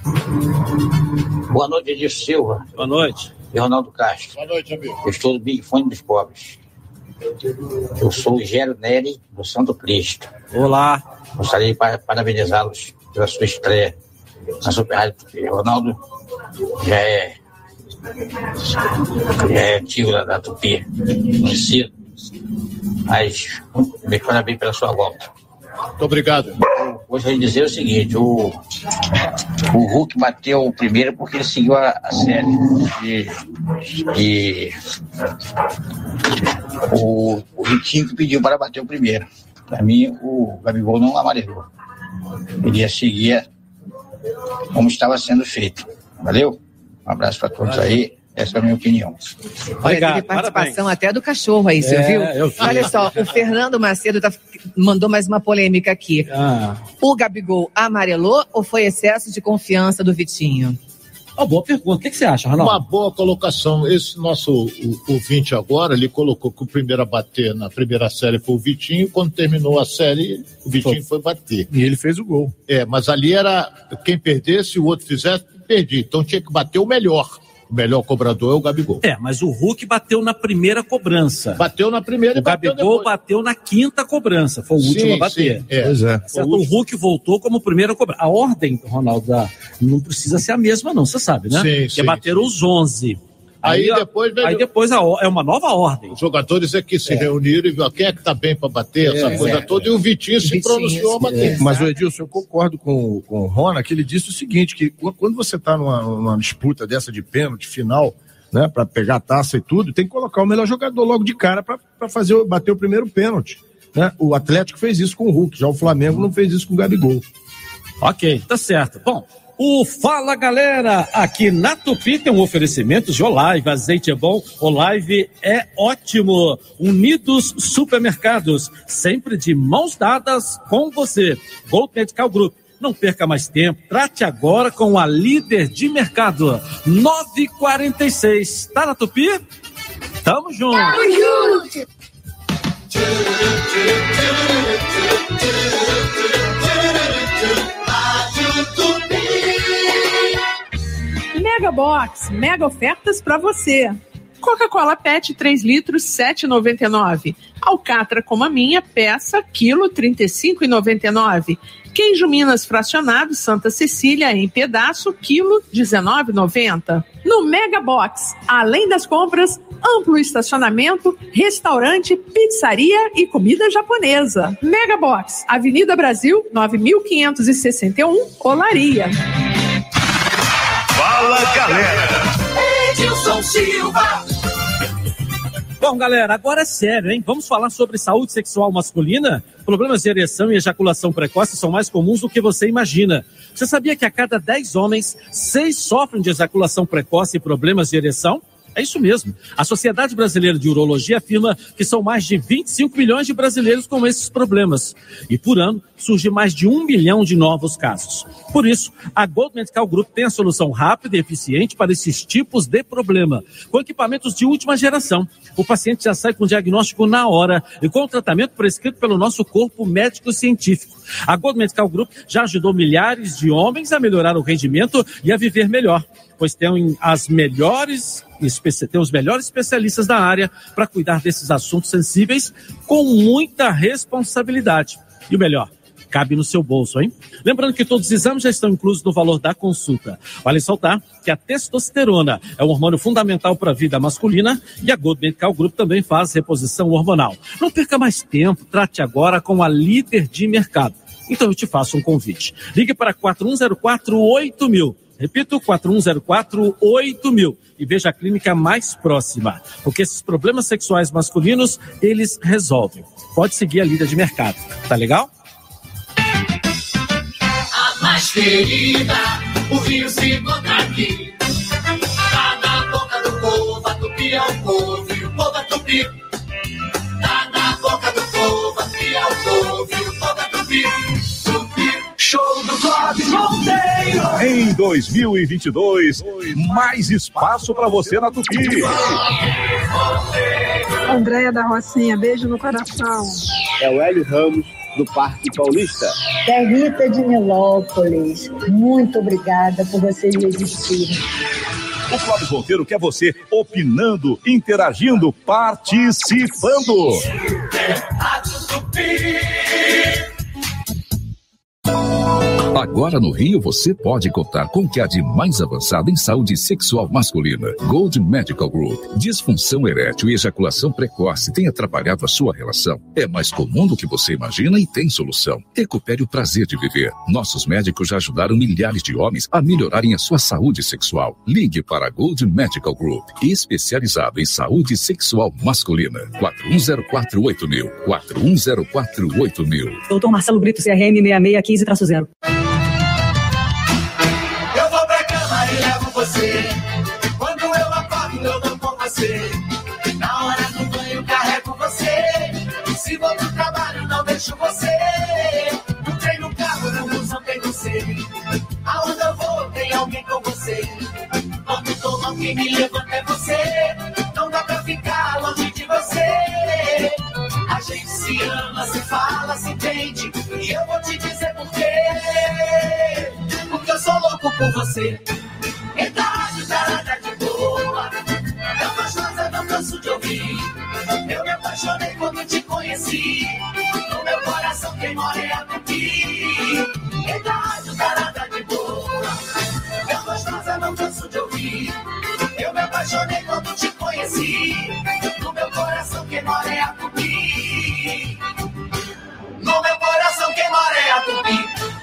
Boa noite, Edilson Silva. Boa noite. E Ronaldo Castro. Boa noite, amigo. Eu estou do Big Fone dos Pobres. Eu sou o Gero Neri do Santo Cristo. Olá. Gostaria de parabenizá-los pela sua estreia na Super Rádio Tupi. Ronaldo já é, já é antigo da, da Tupi, conhecido, mas meus parabéns pela sua volta. Muito obrigado. Gostaria de dizer o seguinte, o, o Hulk bateu o primeiro porque ele seguiu a, a série de, de o, o Vitinho que pediu para bater o primeiro. Para mim, o Gabigol não amarelou. Ele ia seguir como estava sendo feito. Valeu? Um abraço para todos Valeu. Aí. Essa é a minha opinião. Olha, teve participação parabéns. Até do cachorro aí, você é, viu? Olha só, o Fernando Macedo tá, mandou mais uma polêmica aqui. Ah. O Gabigol amarelou ou foi excesso de confiança do Vitinho? Uma boa pergunta. O que, que você acha, Ronaldo? Uma boa colocação. Esse nosso o, ouvinte agora, ele colocou que o primeiro a bater na primeira série foi o Vitinho. Quando terminou a série, o Vitinho foi, foi bater. E ele fez o gol. É, mas ali era quem perdesse, o outro fizesse, perdi. Então tinha que bater o melhor. O melhor cobrador é o Gabigol. É, mas o Hulk bateu na primeira cobrança. Bateu na primeira e o bateu Gabigol depois. Bateu na quinta cobrança. Foi o sim, último a bater. Sim, é. Pois é. Certo? O, o Hulk voltou como primeira cobrança. A ordem, Ronaldo, não precisa ser a mesma não, você sabe, né? Sim, Porque sim, bateram sim. os onze. Aí, aí depois, velho, aí depois a, é uma nova ordem. Os jogadores aqui se é. reuniram e viram quem é que tá bem para bater, é, essa coisa é, toda, é. E o Vitinho o se Vitinho, pronunciou a bater. É. Mas o Edilson, eu concordo com, com o Rona, que ele disse o seguinte, que quando você tá numa, numa disputa dessa de pênalti final, né, para pegar a taça e tudo, tem que colocar o melhor jogador logo de cara para fazer bater o primeiro pênalti, né? O Atlético fez isso com o Hulk, já o Flamengo não fez isso com o Gabigol. Ok, tá certo. Bom, O Fala Galera, aqui na Tupi tem um oferecimento de Olive, azeite é bom, Olive é ótimo. Unidos Supermercados, sempre de mãos dadas com você. Gold Medical Group, não perca mais tempo, trate agora com a líder de mercado. nove e quarenta e seis, tá na Tupi? Tamo junto. Tamo junto. Mega Box, mega ofertas para você. Coca-Cola Pet três litros, sete reais e noventa e nove centavos. Alcatra como a minha, peça, quilo, trinta e cinco reais e noventa e nove centavos. Queijo Minas fracionado Santa Cecília em pedaço, quilo, dezenove reais e noventa centavos. No Mega Box, além das compras, amplo estacionamento, restaurante, pizzaria e comida japonesa. Mega Box, Avenida Brasil, nove mil quinhentos e sessenta e um, Olaria. Fala Galera. Edilson Silva. Bom, galera, agora é sério, hein? Vamos falar sobre saúde sexual masculina? Problemas de ereção e ejaculação precoce são mais comuns do que você imagina. Você sabia que a cada dez homens, seis sofrem de ejaculação precoce e problemas de ereção? É isso mesmo. A Sociedade Brasileira de Urologia afirma que são mais de vinte e cinco milhões de brasileiros com esses problemas. E por ano, surge mais de um milhão de novos casos. Por isso, a Gold Medical Group tem a solução rápida e eficiente para esses tipos de problema. Com equipamentos de última geração, o paciente já sai com o diagnóstico na hora e com o tratamento prescrito pelo nosso corpo médico científico. A Gold Medical Group já ajudou milhares de homens a melhorar o rendimento e a viver melhor, pois tem as melhores, tem os melhores especialistas da área para cuidar desses assuntos sensíveis com muita responsabilidade. E o melhor, cabe no seu bolso, hein? Lembrando que todos os exames já estão inclusos no valor da consulta. Vale ressaltar que a testosterona é um hormônio fundamental para a vida masculina e a Gold Medical Group também faz reposição hormonal. Não perca mais tempo, trate agora com a líder de mercado. Então eu te faço um convite. Ligue para quatro um zero quatro, oito mil. Repito, quatro um zero quatro, oito mil. E veja a clínica mais próxima. Porque esses problemas sexuais masculinos, eles resolvem. Pode seguir a líder de mercado. Tá legal? A mais querida, o Rio se encontra aqui. Tá na boca do povo, a Tupi é o povo e o povo é Tupi. Tá na boca do povo, a Tupi é o povo e o povo é Tupi. Tupi, show do Clóvis Monteiro. Em dois mil e vinte e dois, mais espaço para você na Tupi. Andréia da Rocinha, beijo no coração. É o Hélio Ramos, do Parque Paulista. É Rita de Nilópolis. Muito obrigada por vocês existirem. O Clóvis Monteiro quer você opinando, interagindo, participando. Agora no Rio você pode contar com o que há de mais avançado em saúde sexual masculina. Gold Medical Group. Disfunção erétil e ejaculação precoce tem atrapalhado a sua relação. É mais comum do que você imagina e tem solução. Recupere o prazer de viver. Nossos médicos já ajudaram milhares de homens a melhorarem a sua saúde sexual. Ligue para a Gold Medical Group, especializado em saúde sexual masculina. quatro um zero quatro, oito mil. quatro um zero quatro, oito mil. Doutor Marcelo Brito, C R M seis seis um cinco zero. Eu vou pra cama e levo você. Quando eu acordo, eu dou com você. Na hora do banho, carrego você. E se vou pro trabalho, não deixo você. No trem, no carro, no busão, tem você. Aonde eu vou, tem alguém com você. Quando tô mal, quem me levanta é você. Não dá pra ficar longe de você. A gente se ama, se fala, se entende. E eu vou te dizer por quê. Porque eu sou louco por você. Idade tarada de boa, tão gostosa, não canso de ouvir. Eu me apaixonei quando te conheci. No meu coração quem mora é a Tupi. Idade tarada de boa, tão gostosa, não canso de ouvir. Eu me apaixonei quando te conheci. No meu coração quem mora é a Tupi. No meu coração quem mora é a Tupi.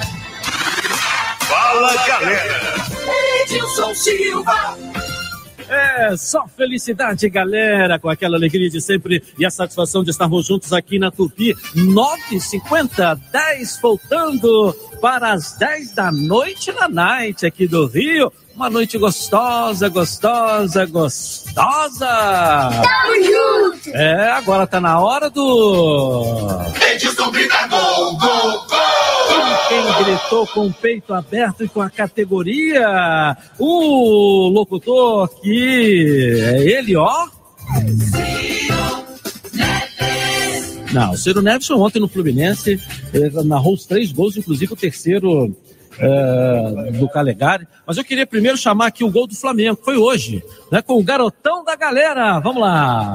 Fala, galera! Edilson Silva. É, só felicidade, galera, com aquela alegria de sempre e a satisfação de estarmos juntos aqui na Tupi. nove e cinquenta, dez faltando para as dez da noite na Night aqui do Rio. Uma noite gostosa, gostosa, gostosa. Tamo junto! É, agora tá na hora do... Edilson grita gol, gol, gol! Quem gritou com o peito aberto e com a categoria? O locutor que é ele, ó. Não, o Ciro Neves foi ontem no Fluminense, ele narrou os três gols, inclusive o terceiro é, do Calegari. Mas eu queria primeiro chamar aqui o gol do Flamengo, que foi hoje, né, com o garotão da galera. Vamos lá.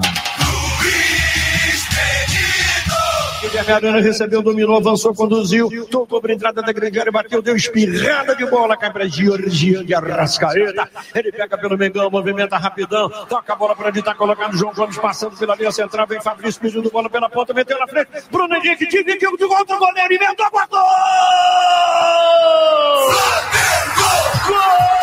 Guilherme Arana recebeu, dominou, avançou, conduziu, tocou para a entrada da grande área, bateu, deu espirrada de bola, cai para Georgian de Arrascaeta. Ele pega pelo Mengão, movimenta rapidão, toca a bola para onde está colocado João Gomes, passando pela linha central, vem Fabrício pedindo bola pela ponta, meteu na frente, Bruno Henrique, dividiu de volta o goleiro, inventou, guardou! Gol! Gol!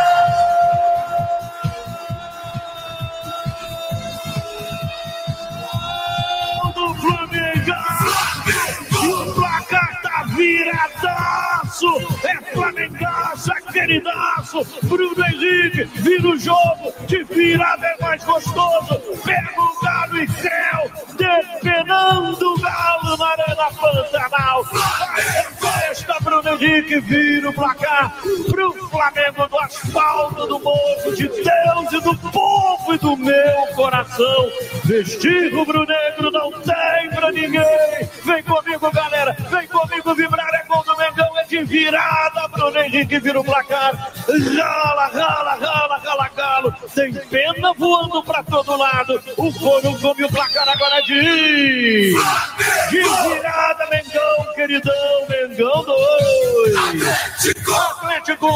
Viradaço, é flamengaço, é queridaço, Bruno Henrique, vira o jogo, de virada é mais gostoso, pega o Galo e céu, depenando o Galo na Arena Pantanal, festa, Bruno Henrique, vira o placar pro Flamengo do asfalto, do morro, de Deus e do povo e do meu coração, vestir rubro-negro não tem pra ninguém, vem comigo galera, vem comigo vibrar, é gol do Mengão, é de virada, Bruno Henrique vira o placar, rala, rala, rala, rala, Galo, tem pena voando pra todo lado, o Coro come o placar agora de... de virada, Mengão, queridão, Mengão dois, Atlético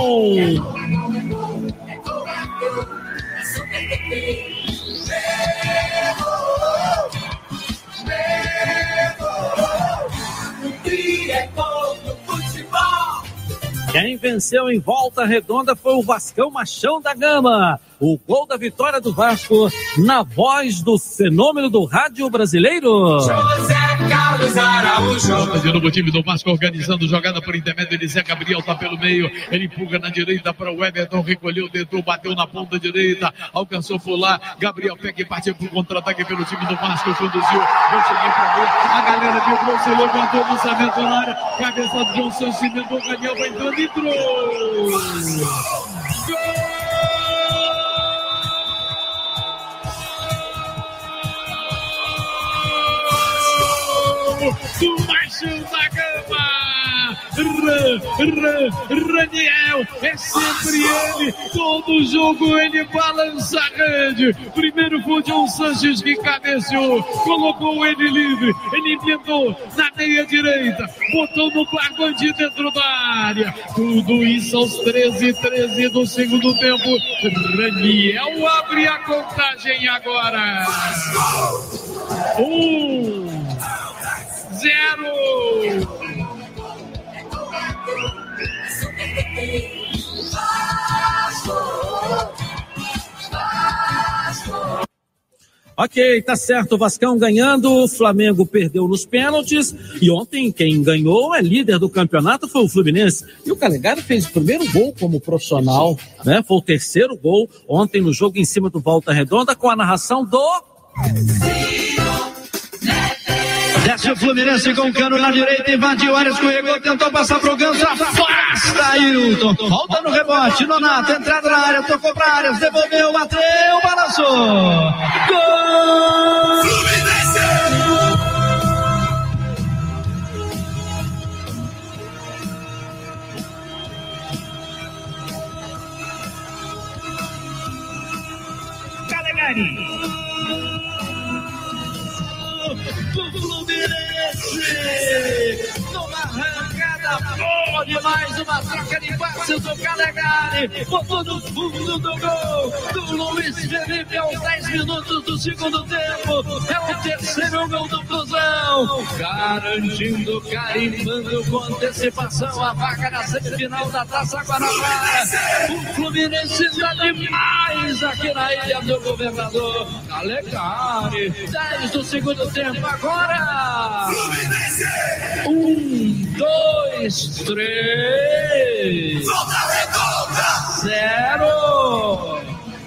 um. Quem venceu em Volta Redonda foi o Vascão Machão da Gama. O gol da vitória do Vasco na voz do fenômeno do rádio brasileiro. José Carlos Araújo. De novo o time do Vasco organizando jogada por intermédio de Zé Gabriel, tá pelo meio, ele empurra na direita para o Everton, recolheu, tentou, bateu na ponta direita, alcançou por lá, Gabriel pega e partiu pro contra-ataque pelo time do Vasco, conduziu, vou seguir pra ver, a galera vibrou, se levantou, lançamento na área, cabeça do João Santos, cimentou, o Daniel vai entrando, entrou! Gol! Do Machão da Gama, Raniel, é sempre ele, todo jogo ele balança a rede, primeiro foi o John Sanches que cabeceou, colocou ele livre, ele inventou na meia direita, botou no barbante dentro da área, tudo isso aos treze, treze do segundo tempo, Raniel abre a contagem agora, um... Zero! Ok, tá certo, o Vascão ganhando, o Flamengo perdeu nos pênaltis e ontem quem ganhou é líder do campeonato foi o Fluminense e o Calegari fez o primeiro gol como profissional, né? Foi o terceiro gol ontem no jogo em cima do Volta Redonda com a narração do... Desce o Fluminense com o Cano na direita, invadiu a área, escorregou, tentou passar pro Ganso, afasta Ailton, volta no rebote, Nonato, entrada na área, tocou pra área, devolveu, bateu, balançou, gol! Fluminense! Calegari! Do Fluminense, numa arrancada boa demais, uma troca de passes do Calegari, botou no fundo do gol do Luiz Felipe aos dez minutos do segundo tempo, é o terceiro gol do Flusão, garantindo, carimbando com antecipação a vaga na semifinal da Taça Guanabara, o Fluminense Fluminense tá demais aqui na Ilha do Governador. Alegre. dez do segundo tempo agora. Um, dois, três. Zero.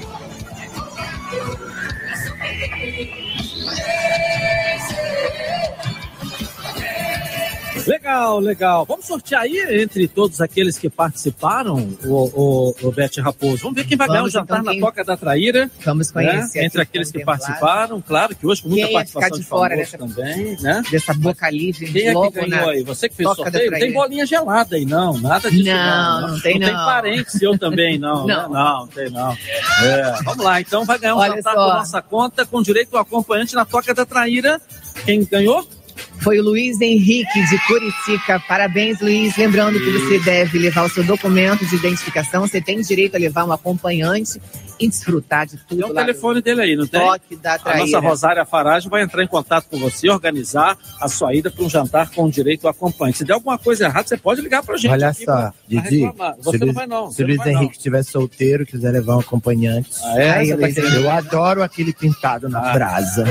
Legal, legal. Vamos sortear aí entre todos aqueles que participaram, o, o, o Beth Raposo. Vamos ver quem vai Vamos, ganhar o jantar então, na quem... Toca da Traíra. Vamos conhecer. Né? Entre aqueles que participaram, claro que hoje com muita quem participação de, de fora famosos dessa, também, né? Dessa boca livre. Quem é logo que ganhou na aí? Você que fez o Toca sorteio? da Não tem bolinha gelada aí, não. Nada disso. Não, Não, não tem, não. Não não. tem parente seu também, não. Não, né? Não, tem não. É, vamos lá, então vai ganhar um Olha jantar só. por nossa conta com direito ao acompanhante na Toca da Traíra. Quem ganhou? Foi o Luiz Henrique de Curicica. Parabéns, Luiz. Lembrando que você deve levar o seu documento de identificação. Você tem direito a levar um acompanhante e desfrutar de tudo. Tem o lá telefone dele aí, não tem? Toque da A Traíra. nossa Rosária Farage vai entrar em contato com você e organizar a sua ida para um jantar com direito ao acompanhante. Se der alguma coisa errada, você pode ligar pra gente. Olha aqui só, pra- pra Didi, reclamar. Você se não Luiz- vai não. se você o Luiz não vai Henrique estiver solteiro, quiser levar um acompanhante. Ah, é? Aí, Você tá Luiz, querendo? eu adoro aquele pintado na Ah. brasa.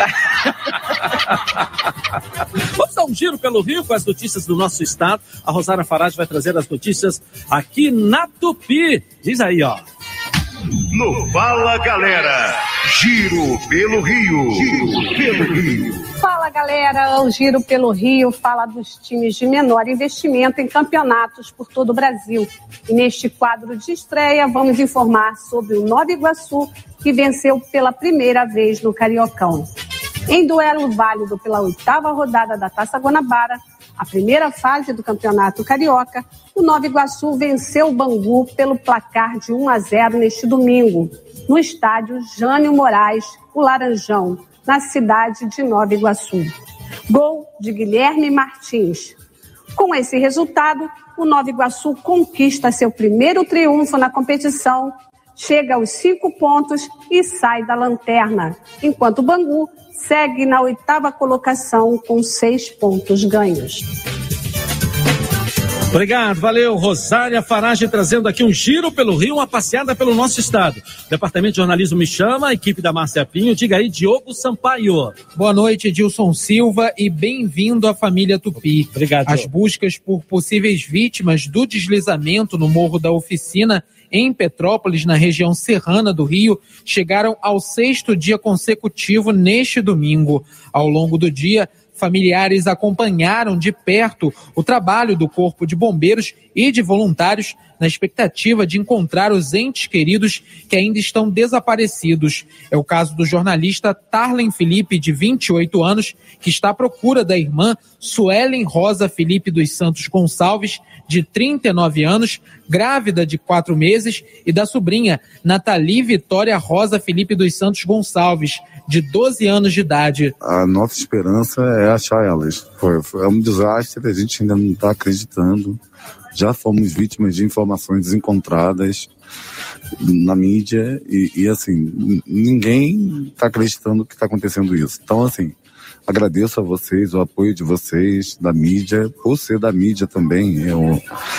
Vamos dar um giro pelo Rio com as notícias do nosso estado. A Rosária Farage vai trazer as notícias aqui na Tupi. Diz aí, ó. No Fala Galera, Giro pelo Rio. Giro pelo Rio. Fala galera, o Giro pelo Rio fala dos times de menor investimento em campeonatos por todo o Brasil. E neste quadro de estreia vamos informar sobre o Nova Iguaçu, que venceu pela primeira vez no Cariocão. Em duelo válido pela oitava rodada da Taça Guanabara, a primeira fase do Campeonato Carioca, o Nova Iguaçu venceu o Bangu pelo placar de um a zero neste domingo, no estádio Jânio Moraes, o Laranjão, na cidade de Nova Iguaçu. Gol de Guilherme Martins. Com esse resultado, o Nova Iguaçu conquista seu primeiro triunfo na competição, chega aos cinco pontos e sai da lanterna, enquanto o Bangu segue na oitava colocação com seis pontos ganhos. Obrigado, valeu. Rosária Farage trazendo aqui um giro pelo Rio, uma passeada pelo nosso estado. O Departamento de Jornalismo me chama, a equipe da Márcia Pinho. Diga aí, Diogo Sampaio. Boa noite, Edilson Silva, e bem-vindo à família Tupi. Obrigado. As buscas por possíveis vítimas do deslizamento no Morro da Oficina, em Petrópolis, na região serrana do Rio, chegaram ao sexto dia consecutivo neste domingo. Ao longo do dia, familiares acompanharam de perto o trabalho do Corpo de Bombeiros e de voluntários na expectativa de encontrar os entes queridos que ainda estão desaparecidos. É o caso do jornalista Tarlen Felipe, de vinte e oito anos, que está à procura da irmã Suelen Rosa Felipe dos Santos Gonçalves, de trinta e nove anos, grávida de quatro meses, e da sobrinha Nathalie Vitória Rosa Felipe dos Santos Gonçalves, de doze anos de idade. A nossa esperança é achar elas. Foi, foi, é um desastre, a gente ainda não está acreditando. Já fomos vítimas de informações desencontradas na mídia e, e assim, ninguém está acreditando que está acontecendo isso. Então, assim, agradeço a vocês, o apoio de vocês, da mídia, por ser da mídia também. Eu...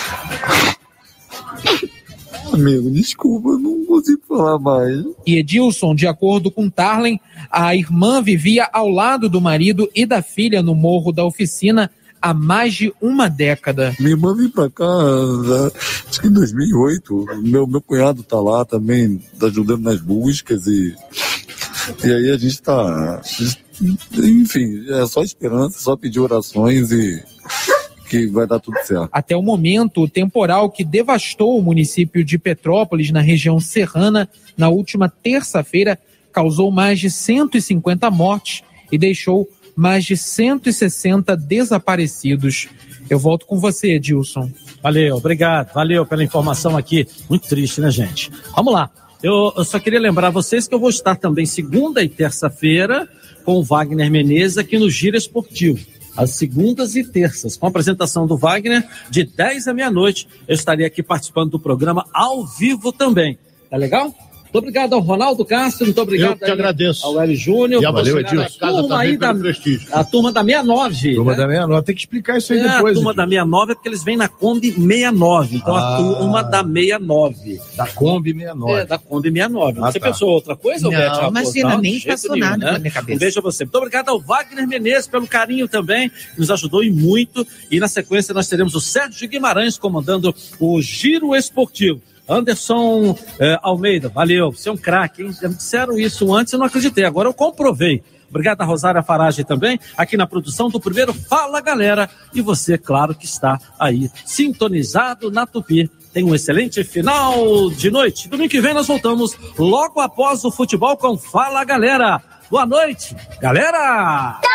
Amigo, desculpa, eu não consigo falar mais. E Edilson, de acordo com Tarlen, a irmã vivia ao lado do marido e da filha no Morro da Oficina há mais de uma década. Minha irmã veio pra cá, acho que em dois mil e oito. Meu, meu cunhado tá lá também, tá ajudando nas buscas e, e aí a gente tá... Enfim, é só esperança, só pedir orações e que vai dar tudo certo. Até o momento, o temporal que devastou o município de Petrópolis, na região serrana, na última terça-feira, causou mais de cento e cinquenta mortes e deixou mais de cento e sessenta desaparecidos. Eu volto com você, Edilson. Valeu, obrigado. Valeu pela informação aqui. Muito triste, né, gente? Vamos lá. Eu, eu só queria lembrar vocês que eu vou estar também segunda e terça-feira com o Wagner Menezes aqui no Giro Esportivo. Às segundas e terças, com a apresentação do Wagner, de dez à meia-noite. Eu estarei aqui participando do programa ao vivo também. Tá legal? Muito obrigado ao Ronaldo Castro, muito obrigado Eu que agradeço. ao Hélio Júnior. E a Valeu, você Edilson. da casa também da, pelo prestígio. a turma da sessenta e nove. Turma né? da sessenta e nove, tem que explicar isso aí É, depois. a turma Edilson. da sessenta e nove é porque eles vêm na Kombi sessenta e nove. Então Ah. a turma da sessenta e nove. Da Kombi sessenta e nove. É, da Kombi sessenta e nove. Ah, você tá. pensou outra coisa, Não, Beth Raposo? imagina, Não, nem de jeito passou nenhum, nada né? pela minha cabeça. Um beijo a você. Muito obrigado ao Wagner Menezes pelo carinho também, que nos ajudou e muito. E na sequência nós teremos o Sérgio Guimarães comandando o Giro Esportivo. Anderson eh, Almeida, valeu, você é um craque, hein? Já me disseram isso antes, eu não acreditei, agora eu comprovei. Obrigado a Rosária Farage também, aqui na produção do primeiro Fala Galera. E você, claro, que está aí sintonizado na Tupi. Tenha um excelente final de noite. Domingo que vem nós voltamos logo após o futebol com Fala Galera. Boa noite, galera!